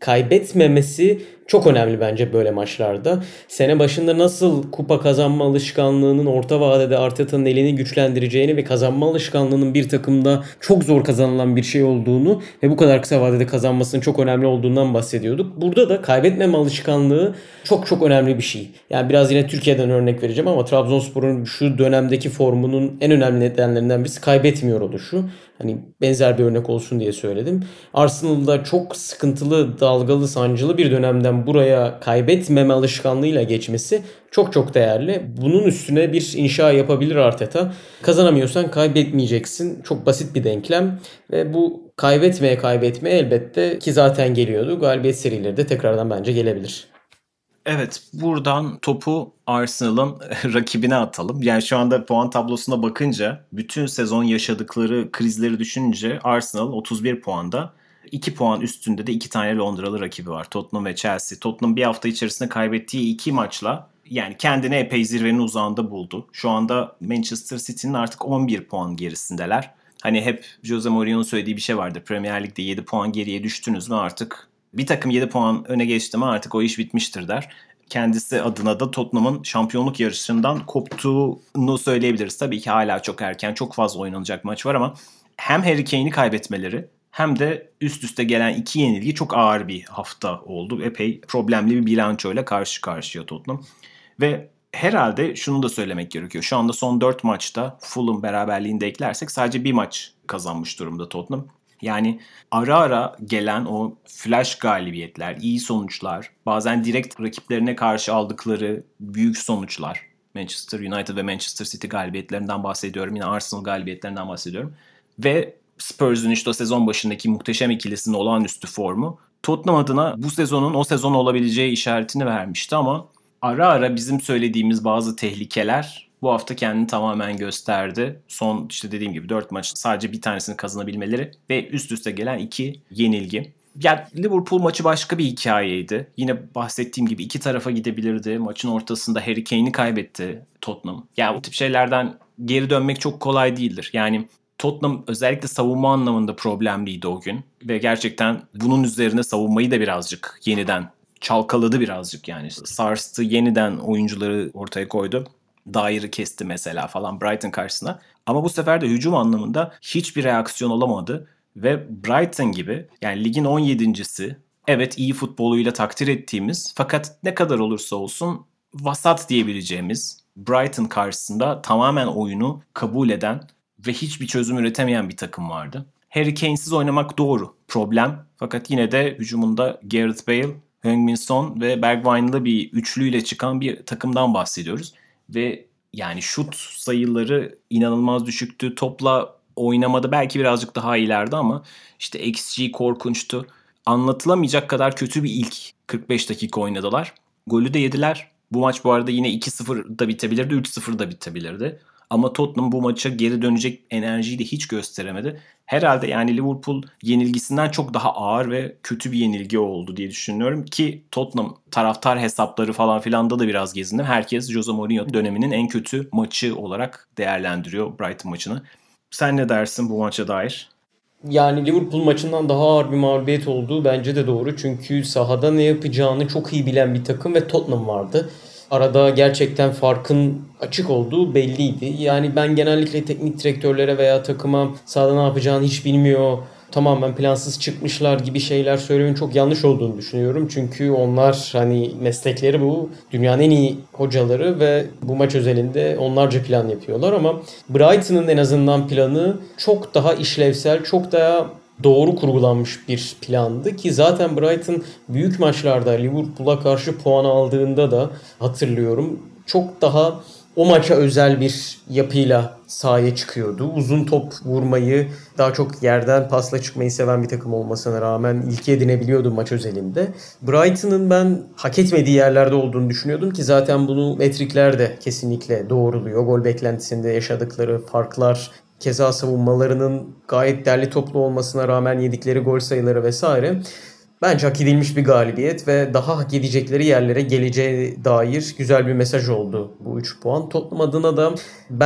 kaybetmemesi çok önemli bence böyle maçlarda. Sene başında nasıl kupa kazanma alışkanlığının orta vadede Arteta'nın elini güçlendireceğini ve kazanma alışkanlığının bir takımda çok zor kazanılan bir şey olduğunu ve bu kadar kısa vadede kazanmasının çok önemli olduğundan bahsediyorduk. Burada da kaybetmeme alışkanlığı çok çok önemli bir şey. Yani biraz yine Türkiye'den örnek vereceğim ama Trabzonspor'un şu dönemdeki formunun en önemli nedenlerinden birisi kaybetmiyor oluşu. Hani benzer bir örnek olsun diye söyledim. Arsenal'da çok sıkıntılı, dalgalı, sancılı bir dönemden buraya kaybetmeme alışkanlığıyla geçmesi çok çok değerli. Bunun üstüne bir inşa yapabilir Arteta. Kazanamıyorsan kaybetmeyeceksin. Çok basit bir denklem ve bu kaybetmeye kaybetmeye elbette ki zaten geliyordu. Galibiyet serileri de tekrardan bence gelebilir. Evet, buradan topu Arsenal'ın rakibine atalım. Yani şu anda puan tablosuna bakınca bütün sezon yaşadıkları krizleri düşününce Arsenal otuz bir puanda. iki puan üstünde de iki tane Londralı rakibi var. Tottenham ve Chelsea. Tottenham bir hafta içerisinde kaybettiği iki maçla yani kendini epey zirvenin uzağında buldu. Şu anda Manchester City'nin artık on bir puan gerisindeler. Hani hep Jose Mourinho'nun söylediği bir şey vardır. Premier Lig'de yedi puan geriye düştünüz mü artık bir takım yedi puan öne geçti mi artık o iş bitmiştir der. Kendisi adına da Tottenham'ın şampiyonluk yarışından koptuğunu söyleyebiliriz. Tabii ki hala çok erken, çok fazla oynanacak maç var ama hem Harry Kane'i kaybetmeleri hem de üst üste gelen iki yenilgi çok ağır bir hafta oldu. Epey problemli bir bilançoyla karşı karşıya Tottenham. Ve herhalde şunu da söylemek gerekiyor. Şu anda son dört maçta Fulham beraberliğini de eklersek sadece bir maç kazanmış durumda Tottenham. Yani ara ara gelen o flash galibiyetler, iyi sonuçlar, bazen direkt rakiplerine karşı aldıkları büyük sonuçlar. Manchester United ve Manchester City galibiyetlerinden bahsediyorum. Yine Arsenal galibiyetlerinden bahsediyorum. Ve Spurs'un işte o sezon başındaki muhteşem ikilisinin olağanüstü formu Tottenham adına bu sezonun o sezon olabileceği işaretini vermişti ama ara ara bizim söylediğimiz bazı tehlikeler bu hafta kendini tamamen gösterdi. Son işte dediğim gibi dört maç sadece bir tanesini kazanabilmeleri ve üst üste gelen iki yenilgi. Yani Liverpool maçı başka bir hikayeydi. Yine bahsettiğim gibi iki tarafa gidebilirdi. Maçın ortasında Harry Kane'i kaybetti Tottenham. Yani bu tip şeylerden geri dönmek çok kolay değildir. Yani Tottenham özellikle savunma anlamında problemliydi o gün. Ve gerçekten bunun üzerine savunmayı da birazcık yeniden çalkaladı birazcık yani. Sarstı, yeniden oyuncuları ortaya koydu. Dyer'ı kesti mesela falan Brighton karşısına. Ama bu sefer de hücum anlamında hiçbir reaksiyon olamadı. Ve Brighton gibi yani ligin on yedincisi evet iyi futboluyla takdir ettiğimiz fakat ne kadar olursa olsun vasat diyebileceğimiz Brighton karşısında tamamen oyunu kabul eden ve hiçbir çözüm üretemeyen bir takım vardı. Harry Kane'siz oynamak doğru. Problem. Fakat yine de hücumunda Gareth Bale, Heung-min Son ve Bergwijn'lı bir üçlüyle çıkan bir takımdan bahsediyoruz. Ve yani şut sayıları inanılmaz düşüktü. Topla oynamada belki birazcık daha ileride ama işte X G korkunçtu. Anlatılamayacak kadar kötü bir ilk kırk beş dakika oynadılar. Golü de yediler. Bu maç bu arada yine iki sıfır da bitebilirdi, üç sıfır da bitebilirdi. Ama Tottenham bu maça geri dönecek enerjiyi de hiç gösteremedi. Herhalde yani Liverpool yenilgisinden çok daha ağır ve kötü bir yenilgi oldu diye düşünüyorum ki Tottenham taraftar hesapları falan filanda da biraz gezindim. Herkes Jose Mourinho döneminin en kötü maçı olarak değerlendiriyor Brighton maçını. Sen ne dersin bu maça dair? Yani Liverpool maçından daha ağır bir mağlubiyet olduğu bence de doğru. Çünkü sahada ne yapacağını çok iyi bilen bir takım ve Tottenham vardı. Arada gerçekten farkın açık olduğu belliydi. Yani ben genellikle teknik direktörlere veya takıma sahada ne yapacağını hiç bilmiyor, tamamen plansız çıkmışlar gibi şeyler söylemenin çok yanlış olduğunu düşünüyorum. Çünkü onlar hani meslekleri bu. Dünyanın en iyi hocaları ve bu maç özelinde onlarca plan yapıyorlar ama Brighton'ın en azından planı çok daha işlevsel, çok daha doğru kurgulanmış bir plandı ki zaten Brighton büyük maçlarda Liverpool'a karşı puan aldığında da hatırlıyorum çok daha o maça özel bir yapıyla sahaya çıkıyordu. Uzun top vurmayı, daha çok yerden pasla çıkmayı seven bir takım olmasına rağmen ilki edinebiliyordu maç özelinde. Brighton'ın ben hak etmediği yerlerde olduğunu düşünüyordum ki zaten bunu metrikler de kesinlikle doğruluyor. Gol beklentisinde yaşadıkları farklar, keza savunmalarının gayet derli toplu olmasına rağmen yedikleri gol sayıları vesaire. Bence hak edilmiş bir galibiyet ve daha hak edecekleri yerlere geleceğe dair güzel bir mesaj oldu bu üç puan. Tottenham adına da ben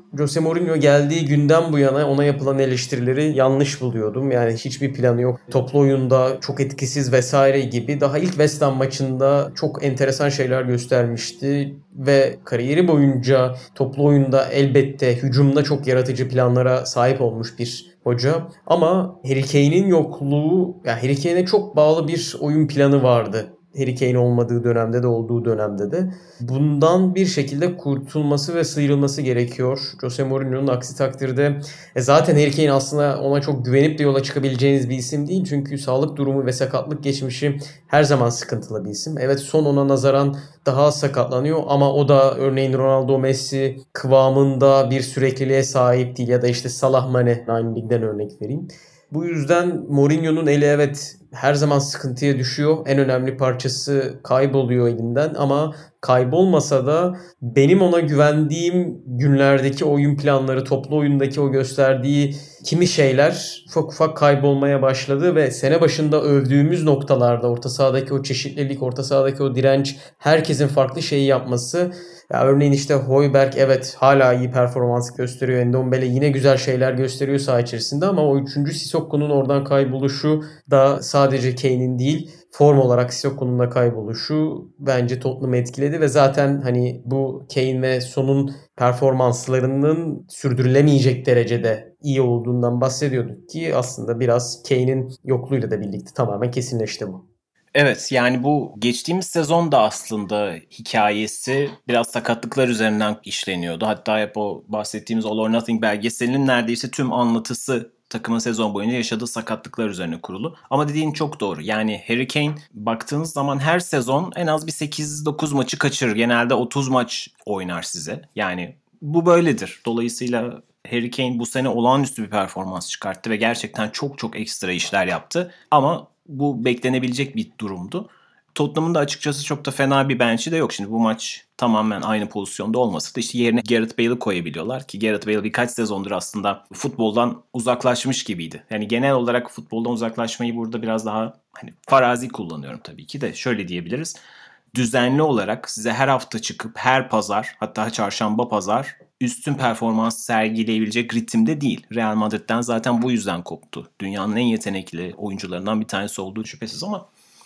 Jose Mourinho geldiği günden bu yana ona yapılan eleştirileri yanlış buluyordum. Yani hiçbir planı yok. Toplu oyunda çok etkisiz vesaire gibi. Daha ilk West Ham maçında çok enteresan şeyler göstermişti. Ve kariyeri boyunca toplu oyunda elbette hücumda çok yaratıcı planlara sahip olmuş bir hoca. Ama Harry Kane'in yokluğu, yani Harry Kane'e çok bağlı bir oyun planı vardı. Harry Kane olmadığı dönemde de olduğu dönemde de. Bundan bir şekilde kurtulması ve sıyrılması gerekiyor Jose Mourinho'nun. Aksi takdirde e zaten Harry Kane aslında ona çok güvenip de yola çıkabileceğiniz bir isim değil. Çünkü sağlık durumu ve sakatlık geçmişi her zaman sıkıntılı bir isim. Evet, son ona nazaran daha az sakatlanıyor ama o da örneğin Ronaldo, Messi kıvamında bir sürekliliğe sahip değil. Ya da işte Salah, Mane, aynı ligden örnek vereyim. Bu yüzden Mourinho'nun eli evet her zaman sıkıntıya düşüyor. En önemli parçası kayboluyor elinden ama kaybolmasa da benim ona güvendiğim günlerdeki oyun planları, toplu oyundaki o gösterdiği kimi şeyler ufak ufak kaybolmaya başladı ve sene başında övdüğümüz noktalarda orta sahadaki o çeşitlilik, orta sahadaki o direnç, herkesin farklı şeyi yapması. Ya örneğin işte Højbjerg evet hala iyi performans gösteriyor. Ndombele yine güzel şeyler gösteriyor saha içerisinde ama o üçüncü Sissoko'nun oradan kayboluşu da sadece Kane'in değil, form olarak Sissoko'nun da kayboluşu bence Tottenham'ı etkiledi ve zaten hani bu Kane ve Son'un performanslarının sürdürülemeyecek derecede iyi olduğundan bahsediyorduk ki aslında biraz Kane'in yokluğuyla da birlikte tamamen kesinleşti bu. Evet, yani bu geçtiğimiz sezon da aslında hikayesi biraz sakatlıklar üzerinden işleniyordu. Hatta hep o bahsettiğimiz All or Nothing belgeselinin neredeyse tüm anlatısı takımın sezon boyunca yaşadığı sakatlıklar üzerine kurulu. Ama dediğin çok doğru. Yani Harry Kane baktığınız zaman her sezon en az bir sekiz dokuz maçı kaçırır. Genelde otuz maç oynar size. Yani bu böyledir. Dolayısıyla Harry Kane bu sene olağanüstü bir performans çıkarttı ve gerçekten çok çok ekstra işler yaptı. Ama bu beklenebilecek bir durumdu. Tottenham'ın da açıkçası çok da fena bir bench'i de yok. Şimdi bu maç tamamen aynı pozisyonda olmasa da işte yerine Gareth Bale'ı koyabiliyorlar ki Gareth Bale birkaç sezondur aslında futboldan uzaklaşmış gibiydi. Yani genel olarak futboldan uzaklaşmayı burada biraz daha hani farazi kullanıyorum tabii ki de şöyle diyebiliriz. Düzenli olarak size her hafta çıkıp her pazar, hatta çarşamba pazar üstün performans sergileyebilecek ritimde değil. Real Madrid'den zaten bu yüzden koptu. Dünyanın en yetenekli oyuncularından bir tanesi olduğu şüphesiz ama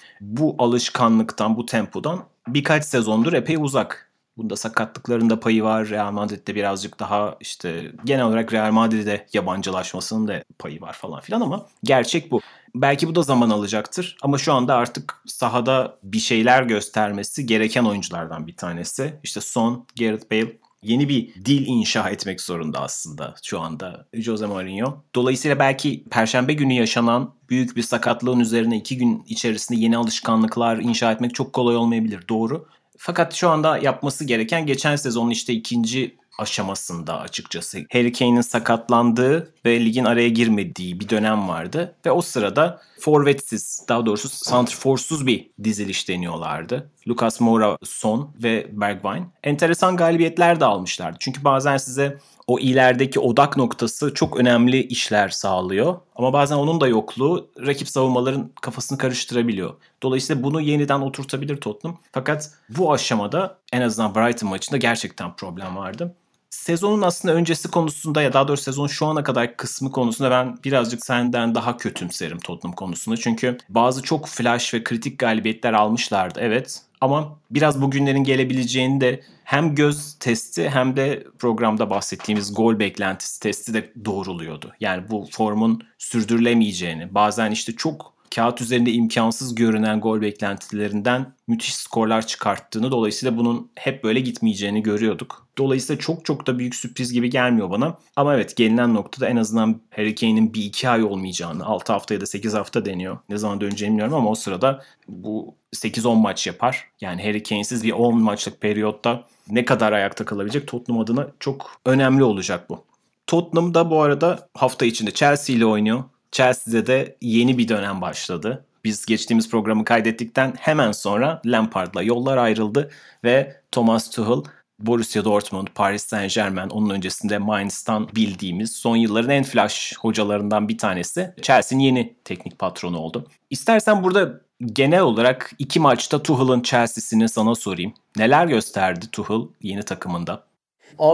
bu alışkanlıktan, bu tempodan birkaç sezondur epey uzak. Bunda sakatlıkların da payı var. Real Madrid'de birazcık daha işte genel olarak Real Madrid'de yabancılaşmasının da payı var falan filan ama gerçek bu. Belki bu da zaman alacaktır ama şu anda artık sahada bir şeyler göstermesi gereken oyunculardan bir tanesi. İşte Son, Gareth Bale yeni bir dil inşa etmek zorunda aslında şu anda Jose Mourinho. Dolayısıyla belki Perşembe günü yaşanan büyük bir sakatlığın üzerine iki gün içerisinde yeni alışkanlıklar inşa etmek çok kolay olmayabilir. Doğru. Fakat şu anda yapması gereken geçen sezonun işte ikinci aşamasında açıkçası Harry Kane'in sakatlandığı ve ligin araya girmediği bir dönem vardı. Ve o sırada forvetsiz, daha doğrusu santrforsuz bir diziliş deniyorlardı. Lucas Moura, Son ve Bergwijn. Enteresan galibiyetler de almışlardı. Çünkü bazen size o ilerideki odak noktası çok önemli işler sağlıyor. Ama bazen onun da yokluğu rakip savunmaların kafasını karıştırabiliyor. Dolayısıyla bunu yeniden oturtabilir Tottenham. Fakat bu aşamada en azından Brighton maçında gerçekten problem vardı. Sezonun aslında öncesi konusunda ya daha doğrusu sezon şu ana kadar kısmı konusunda ben birazcık senden daha kötümserim Tottenham konusunda. Çünkü bazı çok flash ve kritik galibiyetler almışlardı evet. Ama biraz bugünlerin gelebileceğini de hem göz testi hem de programda bahsettiğimiz gol beklentisi testi de doğruluyordu. Yani bu formun sürdürülemeyeceğini, bazen işte çok kağıt üzerinde imkansız görünen gol beklentilerinden müthiş skorlar çıkarttığını, dolayısıyla bunun hep böyle gitmeyeceğini görüyorduk. Dolayısıyla çok çok da büyük sürpriz gibi gelmiyor bana. Ama evet, gelinen noktada en azından Harry Kane'in bir iki ay olmayacağını, altı hafta ya da sekiz hafta deniyor. Ne zaman döneceğini bilmiyorum ama o sırada bu sekiz on maç yapar. Yani Harry Kane'siz bir on maçlık periyotta ne kadar ayakta kalabilecek Tottenham adına çok önemli olacak bu. Tottenham da bu arada hafta içinde Chelsea ile oynuyor. Chelsea'de de yeni bir dönem başladı. Biz geçtiğimiz programı kaydettikten hemen sonra Lampard'la yollar ayrıldı ve Thomas Tuchel, Borussia Dortmund, Paris Saint-Germain, onun öncesinde Mainz'tan bildiğimiz son yılların en flash hocalarından bir tanesi, Chelsea'nin yeni teknik patronu oldu. İstersen burada genel olarak iki maçta Tuchel'ın Chelsea'sini sana sorayım. Neler gösterdi Tuchel yeni takımında? Abi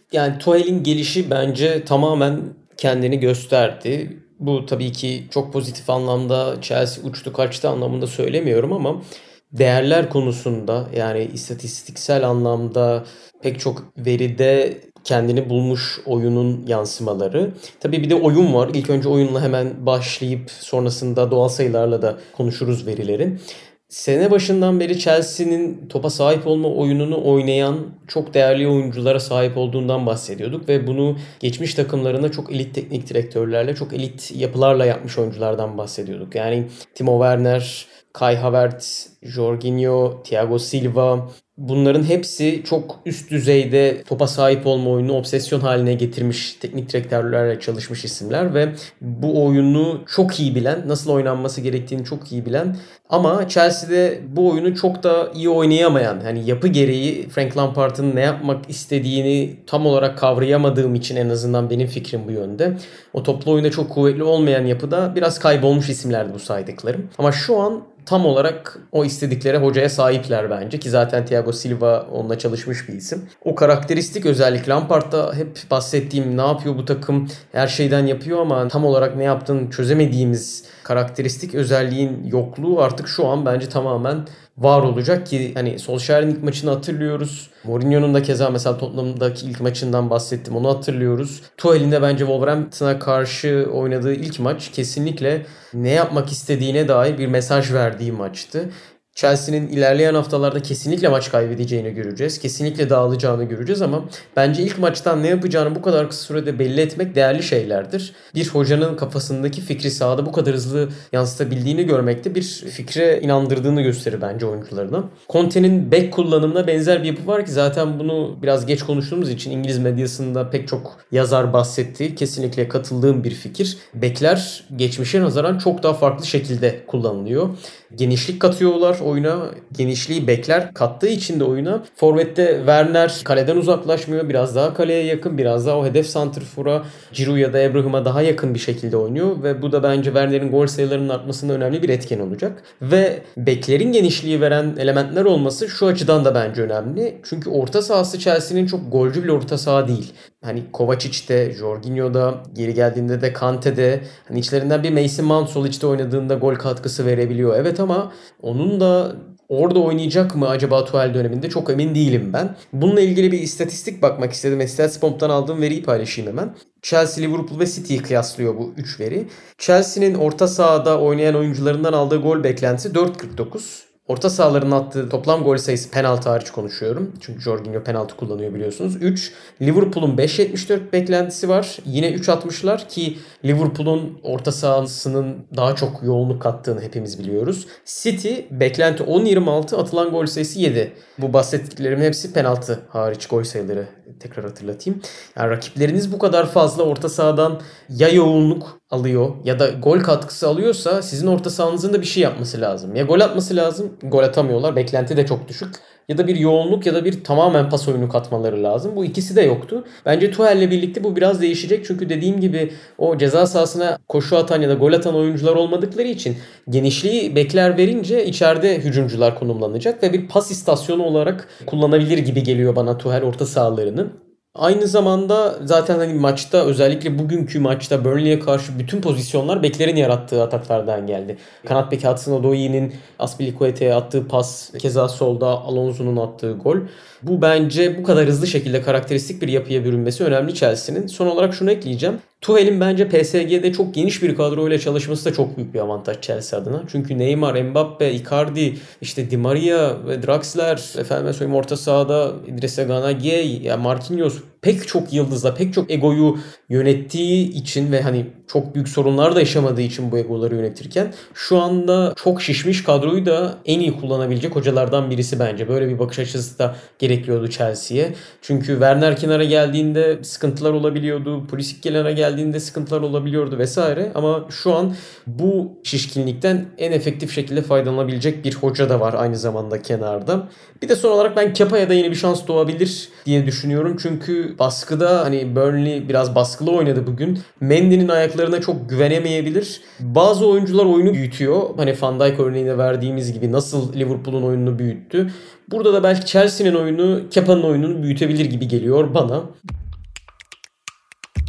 Yani Tuchel'in gelişi bence tamamen kendini gösterdi. Bu tabii ki çok pozitif anlamda Chelsea uçtu kaçtı anlamında söylemiyorum ama değerler konusunda yani istatistiksel anlamda pek çok veride kendini bulmuş oyunun yansımaları. Tabii bir de oyun var. İlk önce oyunla hemen başlayıp sonrasında doğal sayılarla da konuşuruz verilerin. Sene başından beri Chelsea'nin topa sahip olma oyununu oynayan çok değerli oyunculara sahip olduğundan bahsediyorduk ve bunu geçmiş takımlarında çok elit teknik direktörlerle, çok elit yapılarla yapmış oyunculardan bahsediyorduk. Yani Timo Werner, Kai Havertz, Jorginho, Thiago Silva, bunların hepsi çok üst düzeyde topa sahip olma oyununu obsesyon haline getirmiş teknik direktörlerle çalışmış isimler ve bu oyunu çok iyi bilen, nasıl oynanması gerektiğini çok iyi bilen ama Chelsea'de bu oyunu çok da iyi oynayamayan, hani yapı gereği Frank Lampard'ın ne yapmak istediğini tam olarak kavrayamadığım için en azından benim fikrim bu yönde. O toplu oyunda çok kuvvetli olmayan yapıda biraz kaybolmuş isimlerdi bu saydıklarım. Ama şu an tam olarak o istedikleri hocaya sahipler bence ki zaten Thiago Silva onunla çalışmış bir isim. O karakteristik özellik Lampard'da hep bahsettiğim ne yapıyor bu takım her şeyden yapıyor ama tam olarak ne yaptığını çözemediğimiz karakteristik özelliğin yokluğu artık şu an bence tamamen var olacak ki hani Solskjaer'in ilk maçını hatırlıyoruz. Mourinho'nun da keza mesela Tottenham'daki ilk maçından bahsettim onu hatırlıyoruz. Tuchel'in de bence Wolverhampton'a karşı oynadığı ilk maç kesinlikle ne yapmak istediğine dair bir mesaj verdiği maçtı. Chelsea'nin ilerleyen haftalarda kesinlikle maç kaybedeceğini göreceğiz. Kesinlikle dağılacağını göreceğiz ama bence ilk maçtan ne yapacağını bu kadar kısa sürede belli etmek değerli şeylerdir. Bir hocanın kafasındaki fikri sahada bu kadar hızlı yansıtabildiğini görmek de bir fikre inandırdığını gösterir bence oyuncularına. Conte'nin bek kullanımına benzer bir yapı var ki zaten bunu biraz geç konuştuğumuz için İngiliz medyasında pek çok yazar bahsetti. Kesinlikle katıldığım bir fikir. Bekler geçmişe nazaran çok daha farklı şekilde kullanılıyor. Genişlik katıyorlar oyuna. Genişliği bekler kattığı için de oyuna. Forvet'te Werner kaleden uzaklaşmıyor. Biraz daha kaleye yakın. Biraz daha o hedef santrfora, Giroud ya da Abraham'a daha yakın bir şekilde oynuyor. Ve bu da bence Werner'in gol sayılarının artmasında önemli bir etken olacak. Ve beklerin genişliği veren elementler olması şu açıdan da bence önemli. Çünkü orta sahası Chelsea'nin çok golcü bir orta saha değil. Hani Kovacic'te, Jorginho'da, geri geldiğinde de Kante'de, hani içlerinden bir Mason Mount sol içte oynadığında gol katkısı verebiliyor. Evet ama onun da orada oynayacak mı acaba Tuchel döneminde çok emin değilim ben. Bununla ilgili bir istatistik bakmak istedim. StatsBomb'dan aldığım veriyi paylaşayım hemen. Chelsea, Liverpool ve City'yi kıyaslıyor bu üç veri. Chelsea'nin orta sahada oynayan oyuncularından aldığı gol beklentisi dört virgül kırk dokuz. Orta sahaların attığı toplam gol sayısı penaltı hariç konuşuyorum. Çünkü Jorginho penaltı kullanıyor biliyorsunuz. üç. Liverpool'un beş virgül yetmiş dört beklentisi var. Yine üç atmışlar ki Liverpool'un orta sahasının daha çok yoğunluk kattığını hepimiz biliyoruz. City beklenti on virgül yirmi altı, atılan gol sayısı yedi. Bu bahsettiklerim hepsi penaltı hariç gol sayıları, tekrar hatırlatayım. Yani rakipleriniz bu kadar fazla orta sahadan ya yoğunluk alıyor ya da gol katkısı alıyorsa sizin orta sahanızın da bir şey yapması lazım. Ya gol atması lazım, gol atamıyorlar, beklenti de çok düşük. Ya da bir yoğunluk ya da bir tamamen pas oyunu katmaları lazım. Bu ikisi de yoktu. Bence Tuchel'le birlikte bu biraz değişecek. Çünkü dediğim gibi o ceza sahasına koşu atan ya da gol atan oyuncular olmadıkları için genişliği bekler verince içeride hücumcular konumlanacak ve bir pas istasyonu olarak kullanabilir gibi geliyor bana Tuchel orta sahalarını. Aynı zamanda zaten hani maçta, özellikle bugünkü maçta Burnley'e karşı bütün pozisyonlar beklerin yarattığı ataklardan geldi. Kanat beki Hudson-Odoi'nin Azpilicueta'ya attığı pas, keza solda Alonso'nun attığı gol. Bu bence bu kadar hızlı şekilde karakteristik bir yapıya bürünmesi önemli Chelsea'nin. Son olarak şunu ekleyeceğim. Tuchel'in bence P S G'de çok geniş bir kadroyla çalışması da çok büyük bir avantaj Chelsea adına. Çünkü Neymar, Mbappe, Icardi, işte Di Maria ve Draxler, efendime söyleyeyim orta sahada Idrissa Gana Gueye, ya Marquinhos, pek çok yıldızla, pek çok egoyu yönettiği için ve hani çok büyük sorunlar da yaşamadığı için bu egoları yönetirken şu anda çok şişmiş kadroyu da en iyi kullanabilecek hocalardan birisi bence. Böyle bir bakış açısı da gerekiyordu Chelsea'ye. Çünkü Werner kenara geldiğinde sıkıntılar olabiliyordu. Pulisic kenara geldiğinde sıkıntılar olabiliyordu vesaire. Ama şu an bu şişkinlikten en efektif şekilde faydalanabilecek bir hoca da var aynı zamanda kenarda. Bir de son olarak ben Kepa'ya da yeni bir şans doğabilir diye düşünüyorum. Çünkü baskıda hani Burnley biraz baskılı oynadı bugün. Mendy'nin ayaklarına çok güvenemeyebilir. Bazı oyuncular oyunu büyütüyor. Hani Van Dijk örneğinde verdiğimiz gibi nasıl Liverpool'un oyununu büyüttü. Burada da belki Chelsea'nin oyunu Kepa'nın oyununu büyütebilir gibi geliyor bana.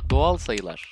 Doğal sayılar.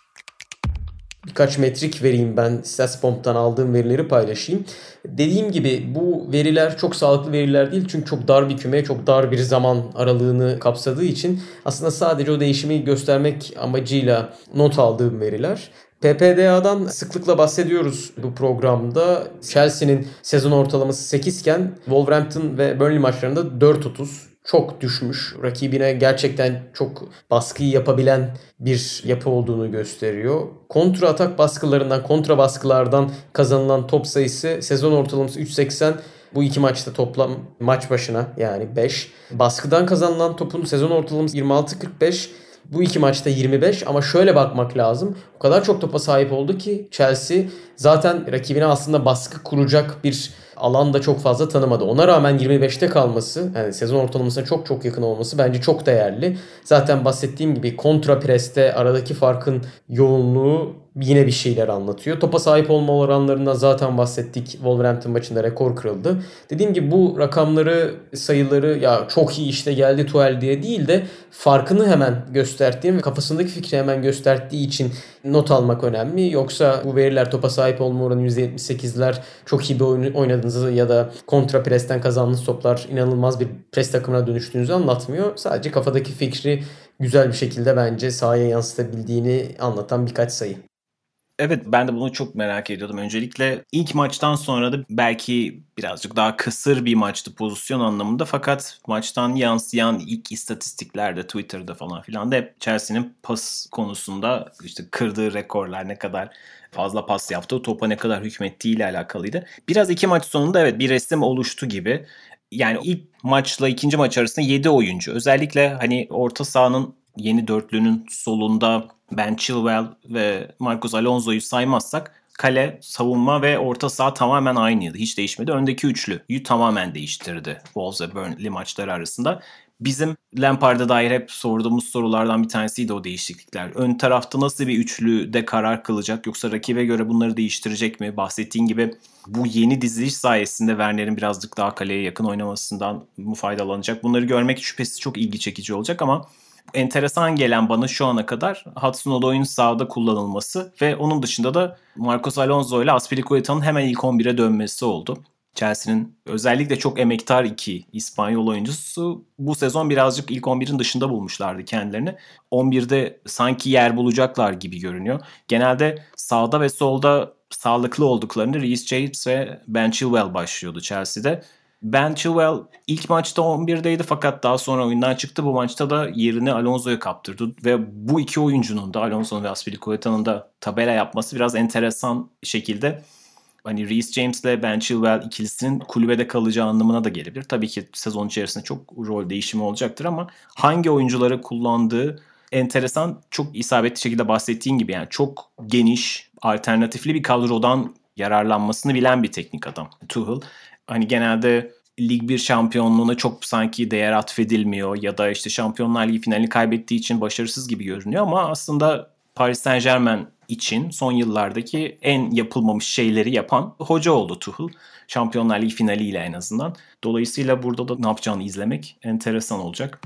Birkaç metrik vereyim ben. StatsBomb'dan aldığım verileri paylaşayım. Dediğim gibi bu veriler çok sağlıklı veriler değil. Çünkü çok dar bir küme, çok dar bir zaman aralığını kapsadığı için aslında sadece o değişimi göstermek amacıyla not aldığım veriler. P P D A'dan sıklıkla bahsediyoruz bu programda. Chelsea'nin sezon ortalaması sekiz iken Wolverhampton ve Burnley maçlarında dört otuz. Çok düşmüş. Rakibine gerçekten çok baskıyı yapabilen bir yapı olduğunu gösteriyor. Kontra atak baskılarından, kontra baskılardan kazanılan top sayısı sezon ortalaması üç seksen. Bu iki maçta toplam maç başına yani beş. Baskıdan kazanılan topun sezon ortalaması yirmi altı kırk beş. Bu iki maçta yirmi beş ama şöyle bakmak lazım. O kadar çok topa sahip oldu ki Chelsea zaten rakibine aslında baskı kuracak bir alan da çok fazla tanımadı. Ona rağmen yirmi beşte kalması, yani sezon ortalamasına çok çok yakın olması bence çok değerli. Zaten bahsettiğim gibi kontra preste aradaki farkın yoğunluğu yine bir şeyler anlatıyor. Topa sahip olma oranlarından zaten bahsettik. Wolverhampton maçında rekor kırıldı. Dediğim gibi bu rakamları, sayıları ya çok iyi işte geldi Tuchel diye değil de farkını hemen gösterdiğim ve kafasındaki fikri hemen gösterdiği için not almak önemli. Yoksa bu veriler topa sahip olma oranı yüzde yetmiş sekizler çok iyi bir oyun oynadığınızı ya da kontra presten kazandığınız toplar inanılmaz bir pres takımına dönüştüğünüzü anlatmıyor. Sadece kafadaki fikri güzel bir şekilde bence sahaya yansıtabildiğini anlatan birkaç sayı. Evet, ben de bunu çok merak ediyordum. Öncelikle ilk maçtan sonra da belki birazcık daha kısır bir maçtı pozisyon anlamında. Fakat maçtan yansıyan ilk istatistiklerde, Twitter'da falan filan da hep Chelsea'nin pas konusunda işte kırdığı rekorlar, ne kadar fazla pas yaptığı, topa ne kadar hükmettiği ile alakalıydı. Biraz iki maç sonunda evet bir resim oluştu gibi. Yani ilk maçla ikinci maç arasında yedi oyuncu. Özellikle hani orta sahanın yeni dörtlünün solunda Ben Chilwell ve Marcos Alonso'yu saymazsak kale, savunma ve orta saha tamamen aynıydı. Hiç değişmedi. Öndeki üçlüyü tamamen değiştirdi Wolves ve Burnley maçları arasında. Bizim Lampard'a dair hep sorduğumuz sorulardan bir tanesiydi o değişiklikler. Ön tarafta nasıl bir üçlüde karar kılacak, yoksa rakibe göre bunları değiştirecek mi? Bahsettiğin gibi bu yeni diziliş sayesinde Werner'in birazcık daha kaleye yakın oynamasından mı faydalanacak? Bunları görmek şüphesiz çok ilgi çekici olacak ama enteresan gelen bana şu ana kadar Hudson-Odoi'nin sahada kullanılması ve onun dışında da Marcos Alonso ile Azpilicueta'nın hemen ilk on bire dönmesi oldu. Chelsea'nin özellikle çok emektar iki İspanyol oyuncusu bu sezon birazcık ilk on birin dışında bulmuşlardı kendilerini. on birde sanki yer bulacaklar gibi görünüyor. Genelde sağda ve solda sağlıklı olduklarında Reece James ve Ben Chilwell başlıyordu Chelsea'de. Ben Chilwell ilk maçta on birdeydi fakat daha sonra oyundan çıktı. Bu maçta da yerini Alonso'ya kaptırdı ve bu iki oyuncunun da, Alonso'nun ve Azpilicueta'nın da tabela yapması biraz enteresan şekilde hani Reece James ile Ben Chilwell ikilisinin kulübede kalacağı anlamına da gelebilir. Tabii ki sezon içerisinde çok rol değişimi olacaktır ama hangi oyuncuları kullandığı enteresan, çok isabetli şekilde bahsettiğin gibi yani çok geniş, alternatifli bir kadrodan yararlanmasını bilen bir teknik adam Tuchel. Hani genelde Lig bir şampiyonluğuna çok sanki değer atfedilmiyor ya da işte Şampiyonlar Ligi finalini kaybettiği için başarısız gibi görünüyor ama aslında Paris Saint-Germain için son yıllardaki en yapılmamış şeyleri yapan hoca oldu Tuchel. Şampiyonlar Ligi finaliyle en azından. Dolayısıyla burada da ne yapacağını izlemek enteresan olacak.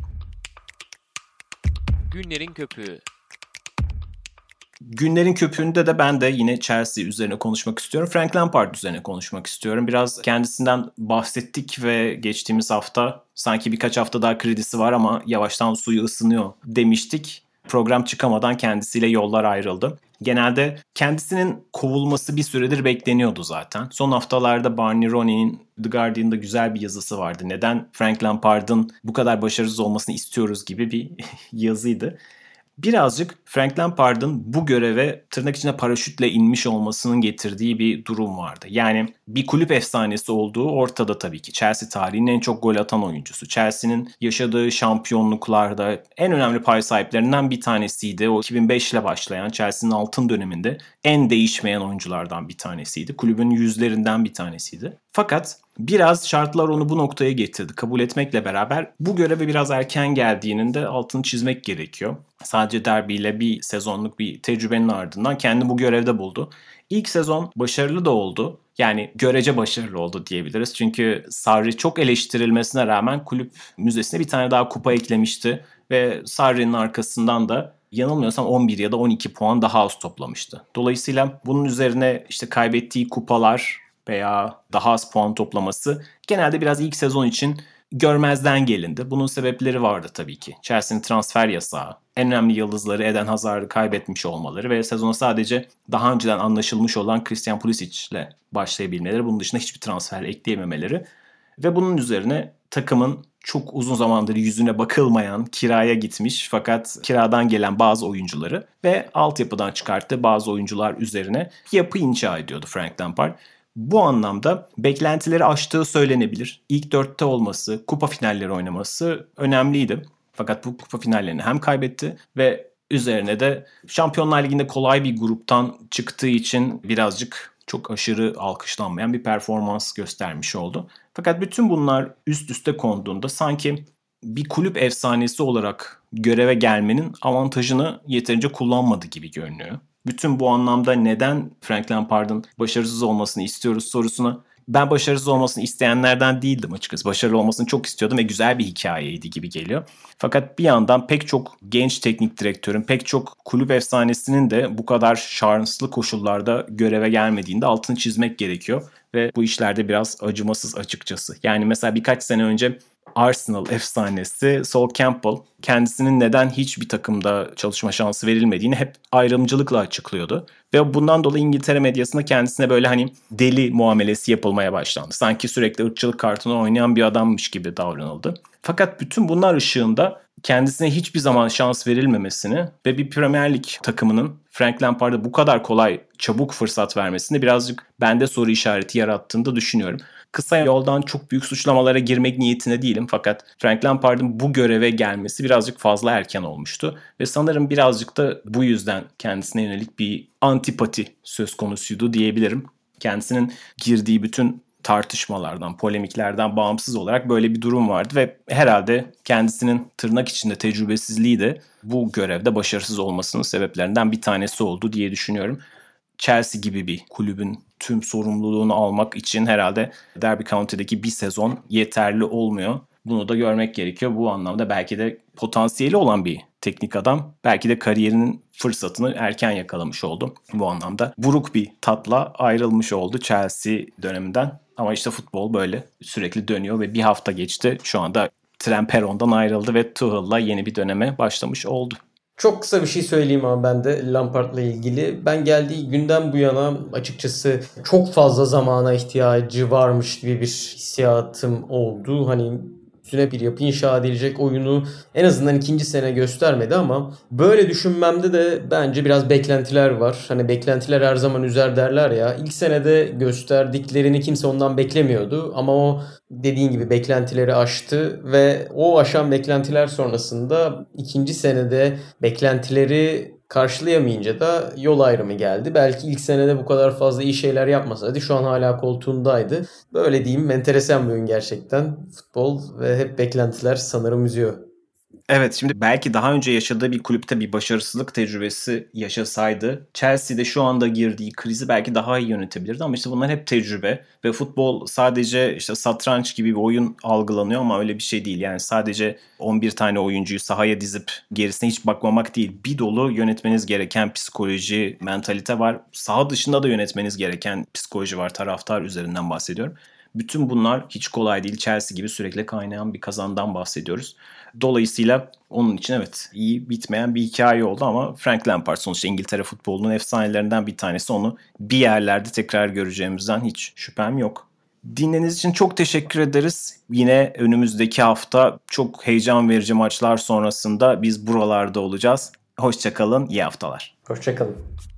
Günlerin köpüğü. Günlerin köpüğünde de ben de yine Chelsea üzerine konuşmak istiyorum. Frank Lampard üzerine konuşmak istiyorum. Biraz kendisinden bahsettik ve geçtiğimiz hafta sanki birkaç hafta daha kredisi var ama yavaştan suyu ısınıyor demiştik. Program çıkamadan kendisiyle yollar ayrıldı. Genelde kendisinin kovulması bir süredir bekleniyordu zaten. Son haftalarda Barney Ronnie'nin The Guardian'da güzel bir yazısı vardı. Neden Frank Lampard'ın bu kadar başarısız olmasını istiyoruz gibi bir yazıydı. Birazcık Frank Lampard'ın bu göreve tırnak içine paraşütle inmiş olmasının getirdiği bir durum vardı. Yani bir kulüp efsanesi olduğu ortada tabii ki. Chelsea tarihinin en çok gol atan oyuncusu. Chelsea'nin yaşadığı şampiyonluklarda en önemli pay sahiplerinden bir tanesiydi. O iki bin beş ile başlayan Chelsea'nin altın döneminde en değişmeyen oyunculardan bir tanesiydi. Kulübün yüzlerinden bir tanesiydi. Fakat biraz şartlar onu bu noktaya getirdi. Kabul etmekle beraber bu göreve biraz erken geldiğinin de altını çizmek gerekiyor. Sadece derbiyle bir sezonluk bir tecrübenin ardından kendini bu görevde buldu. İlk sezon başarılı da oldu. Yani görece başarılı oldu diyebiliriz. Çünkü Sarri çok eleştirilmesine rağmen kulüp müzesine bir tane daha kupa eklemişti. Ve Sarri'nin arkasından da yanılmıyorsam on bir ya da on iki puan daha az toplamıştı. Dolayısıyla bunun üzerine işte kaybettiği kupalar veya daha az puan toplaması genelde biraz ilk sezon için görmezden gelindi. Bunun sebepleri vardı tabii ki. Chelsea'nin transfer yasağı, en önemli yıldızları Eden Hazard'ı kaybetmiş olmaları ve sezona sadece daha önceden anlaşılmış olan Christian Pulisic'le başlayabilmeleri, bunun dışında hiçbir transfer ekleyememeleri ve bunun üzerine takımın çok uzun zamandır yüzüne bakılmayan, kiraya gitmiş fakat kiradan gelen bazı oyuncuları ve altyapıdan çıkarttığı bazı oyuncular üzerine yapı inşa ediyordu Frank Lampard. Bu anlamda beklentileri aştığı söylenebilir. İlk dörtte olması, kupa finalleri oynaması önemliydi. Fakat bu kupa finallerini hem kaybetti ve üzerine de Şampiyonlar Ligi'nde kolay bir gruptan çıktığı için birazcık çok aşırı alkışlanmayan bir performans göstermiş oldu. Fakat bütün bunlar üst üste konduğunda sanki bir kulüp efsanesi olarak göreve gelmenin avantajını yeterince kullanmadı gibi görünüyor. Bütün bu anlamda neden Frank Lampard'ın başarısız olmasını istiyoruz sorusuna ben başarısız olmasını isteyenlerden değildim açıkçası. Başarılı olmasını çok istiyordum ve güzel bir hikayeydi gibi geliyor. Fakat bir yandan pek çok genç teknik direktörün, pek çok kulüp efsanesinin de bu kadar şanslı koşullarda göreve gelmediğinde altını çizmek gerekiyor. Ve bu işlerde biraz acımasız açıkçası. Yani mesela birkaç sene önce Arsenal efsanesi Sol Campbell kendisinin neden hiçbir takımda çalışma şansı verilmediğini hep ayrımcılıkla açıklıyordu. Ve bundan dolayı İngiltere medyasında kendisine böyle hani deli muamelesi yapılmaya başlandı. Sanki sürekli ırkçılık kartını oynayan bir adammış gibi davranıldı. Fakat bütün bunlar ışığında kendisine hiçbir zaman şans verilmemesini ve bir Premier Lig takımının Frank Lampard'a bu kadar kolay, çabuk fırsat vermesini birazcık bende soru işareti yarattığını da düşünüyorum. Kısa yoldan çok büyük suçlamalara girmek niyetinde değilim fakat Frank Lampard'ın bu göreve gelmesi birazcık fazla erken olmuştu. Ve sanırım birazcık da bu yüzden kendisine yönelik bir antipati söz konusuydu diyebilirim. Kendisinin girdiği bütün tartışmalardan, polemiklerden bağımsız olarak böyle bir durum vardı ve herhalde kendisinin tırnak içinde tecrübesizliği de bu görevde başarısız olmasının sebeplerinden bir tanesi oldu diye düşünüyorum. Chelsea gibi bir kulübün tüm sorumluluğunu almak için herhalde Derby County'deki bir sezon yeterli olmuyor. Bunu da görmek gerekiyor. Bu anlamda belki de potansiyeli olan bir teknik adam belki de kariyerinin fırsatını erken yakalamış oldu. Bu anlamda buruk bir tatla ayrılmış oldu Chelsea döneminden. Ama işte futbol böyle sürekli dönüyor ve bir hafta geçti. Şu anda Tremperon'dan ayrıldı ve Tuchel'la yeni bir döneme başlamış oldu. Çok kısa bir şey söyleyeyim ama ben de Lampard'la ilgili. Ben geldiği günden bu yana açıkçası çok fazla zamana ihtiyacı varmış gibi bir hissiyatım oldu. Hani üstüne bir yapı inşa edilecek oyunu en azından ikinci sene göstermedi ama böyle düşünmemde de bence biraz beklentiler var. Hani beklentiler her zaman üzer derler ya. İlk senede gösterdiklerini kimse ondan beklemiyordu ama o dediğin gibi beklentileri aştı ve o aşan beklentiler sonrasında ikinci senede beklentileri karşılayamayınca da yol ayrımı geldi. Belki ilk senede bu kadar fazla iyi şeyler yapmasaydı şu an hala koltuğundaydı. Böyle diyeyim, enteresan bir oyun gerçekten. Futbol ve hep beklentiler sanırım üzüyor. Evet, şimdi belki daha önce yaşadığı bir kulüpte bir başarısızlık tecrübesi yaşasaydı Chelsea'de şu anda girdiği krizi belki daha iyi yönetebilirdi ama işte bunlar hep tecrübe ve futbol sadece işte satranç gibi bir oyun algılanıyor ama öyle bir şey değil. Yani sadece on bir tane oyuncuyu sahaya dizip gerisine hiç bakmamak değil. Bir dolu yönetmeniz gereken psikoloji, mentalite var. Saha dışında da yönetmeniz gereken psikoloji var. Taraftar üzerinden bahsediyorum. Bütün bunlar hiç kolay değil. Chelsea gibi sürekli kaynayan bir kazandan bahsediyoruz. Dolayısıyla onun için evet iyi bitmeyen bir hikaye oldu ama Frank Lampard sonuçta İngiltere futbolunun efsanelerinden bir tanesi. Onu bir yerlerde tekrar göreceğimizden hiç şüphem yok. Dinlediğiniz için çok teşekkür ederiz. Yine önümüzdeki hafta çok heyecan verici maçlar sonrasında biz buralarda olacağız. Hoşça kalın, iyi haftalar. Hoşça kalın.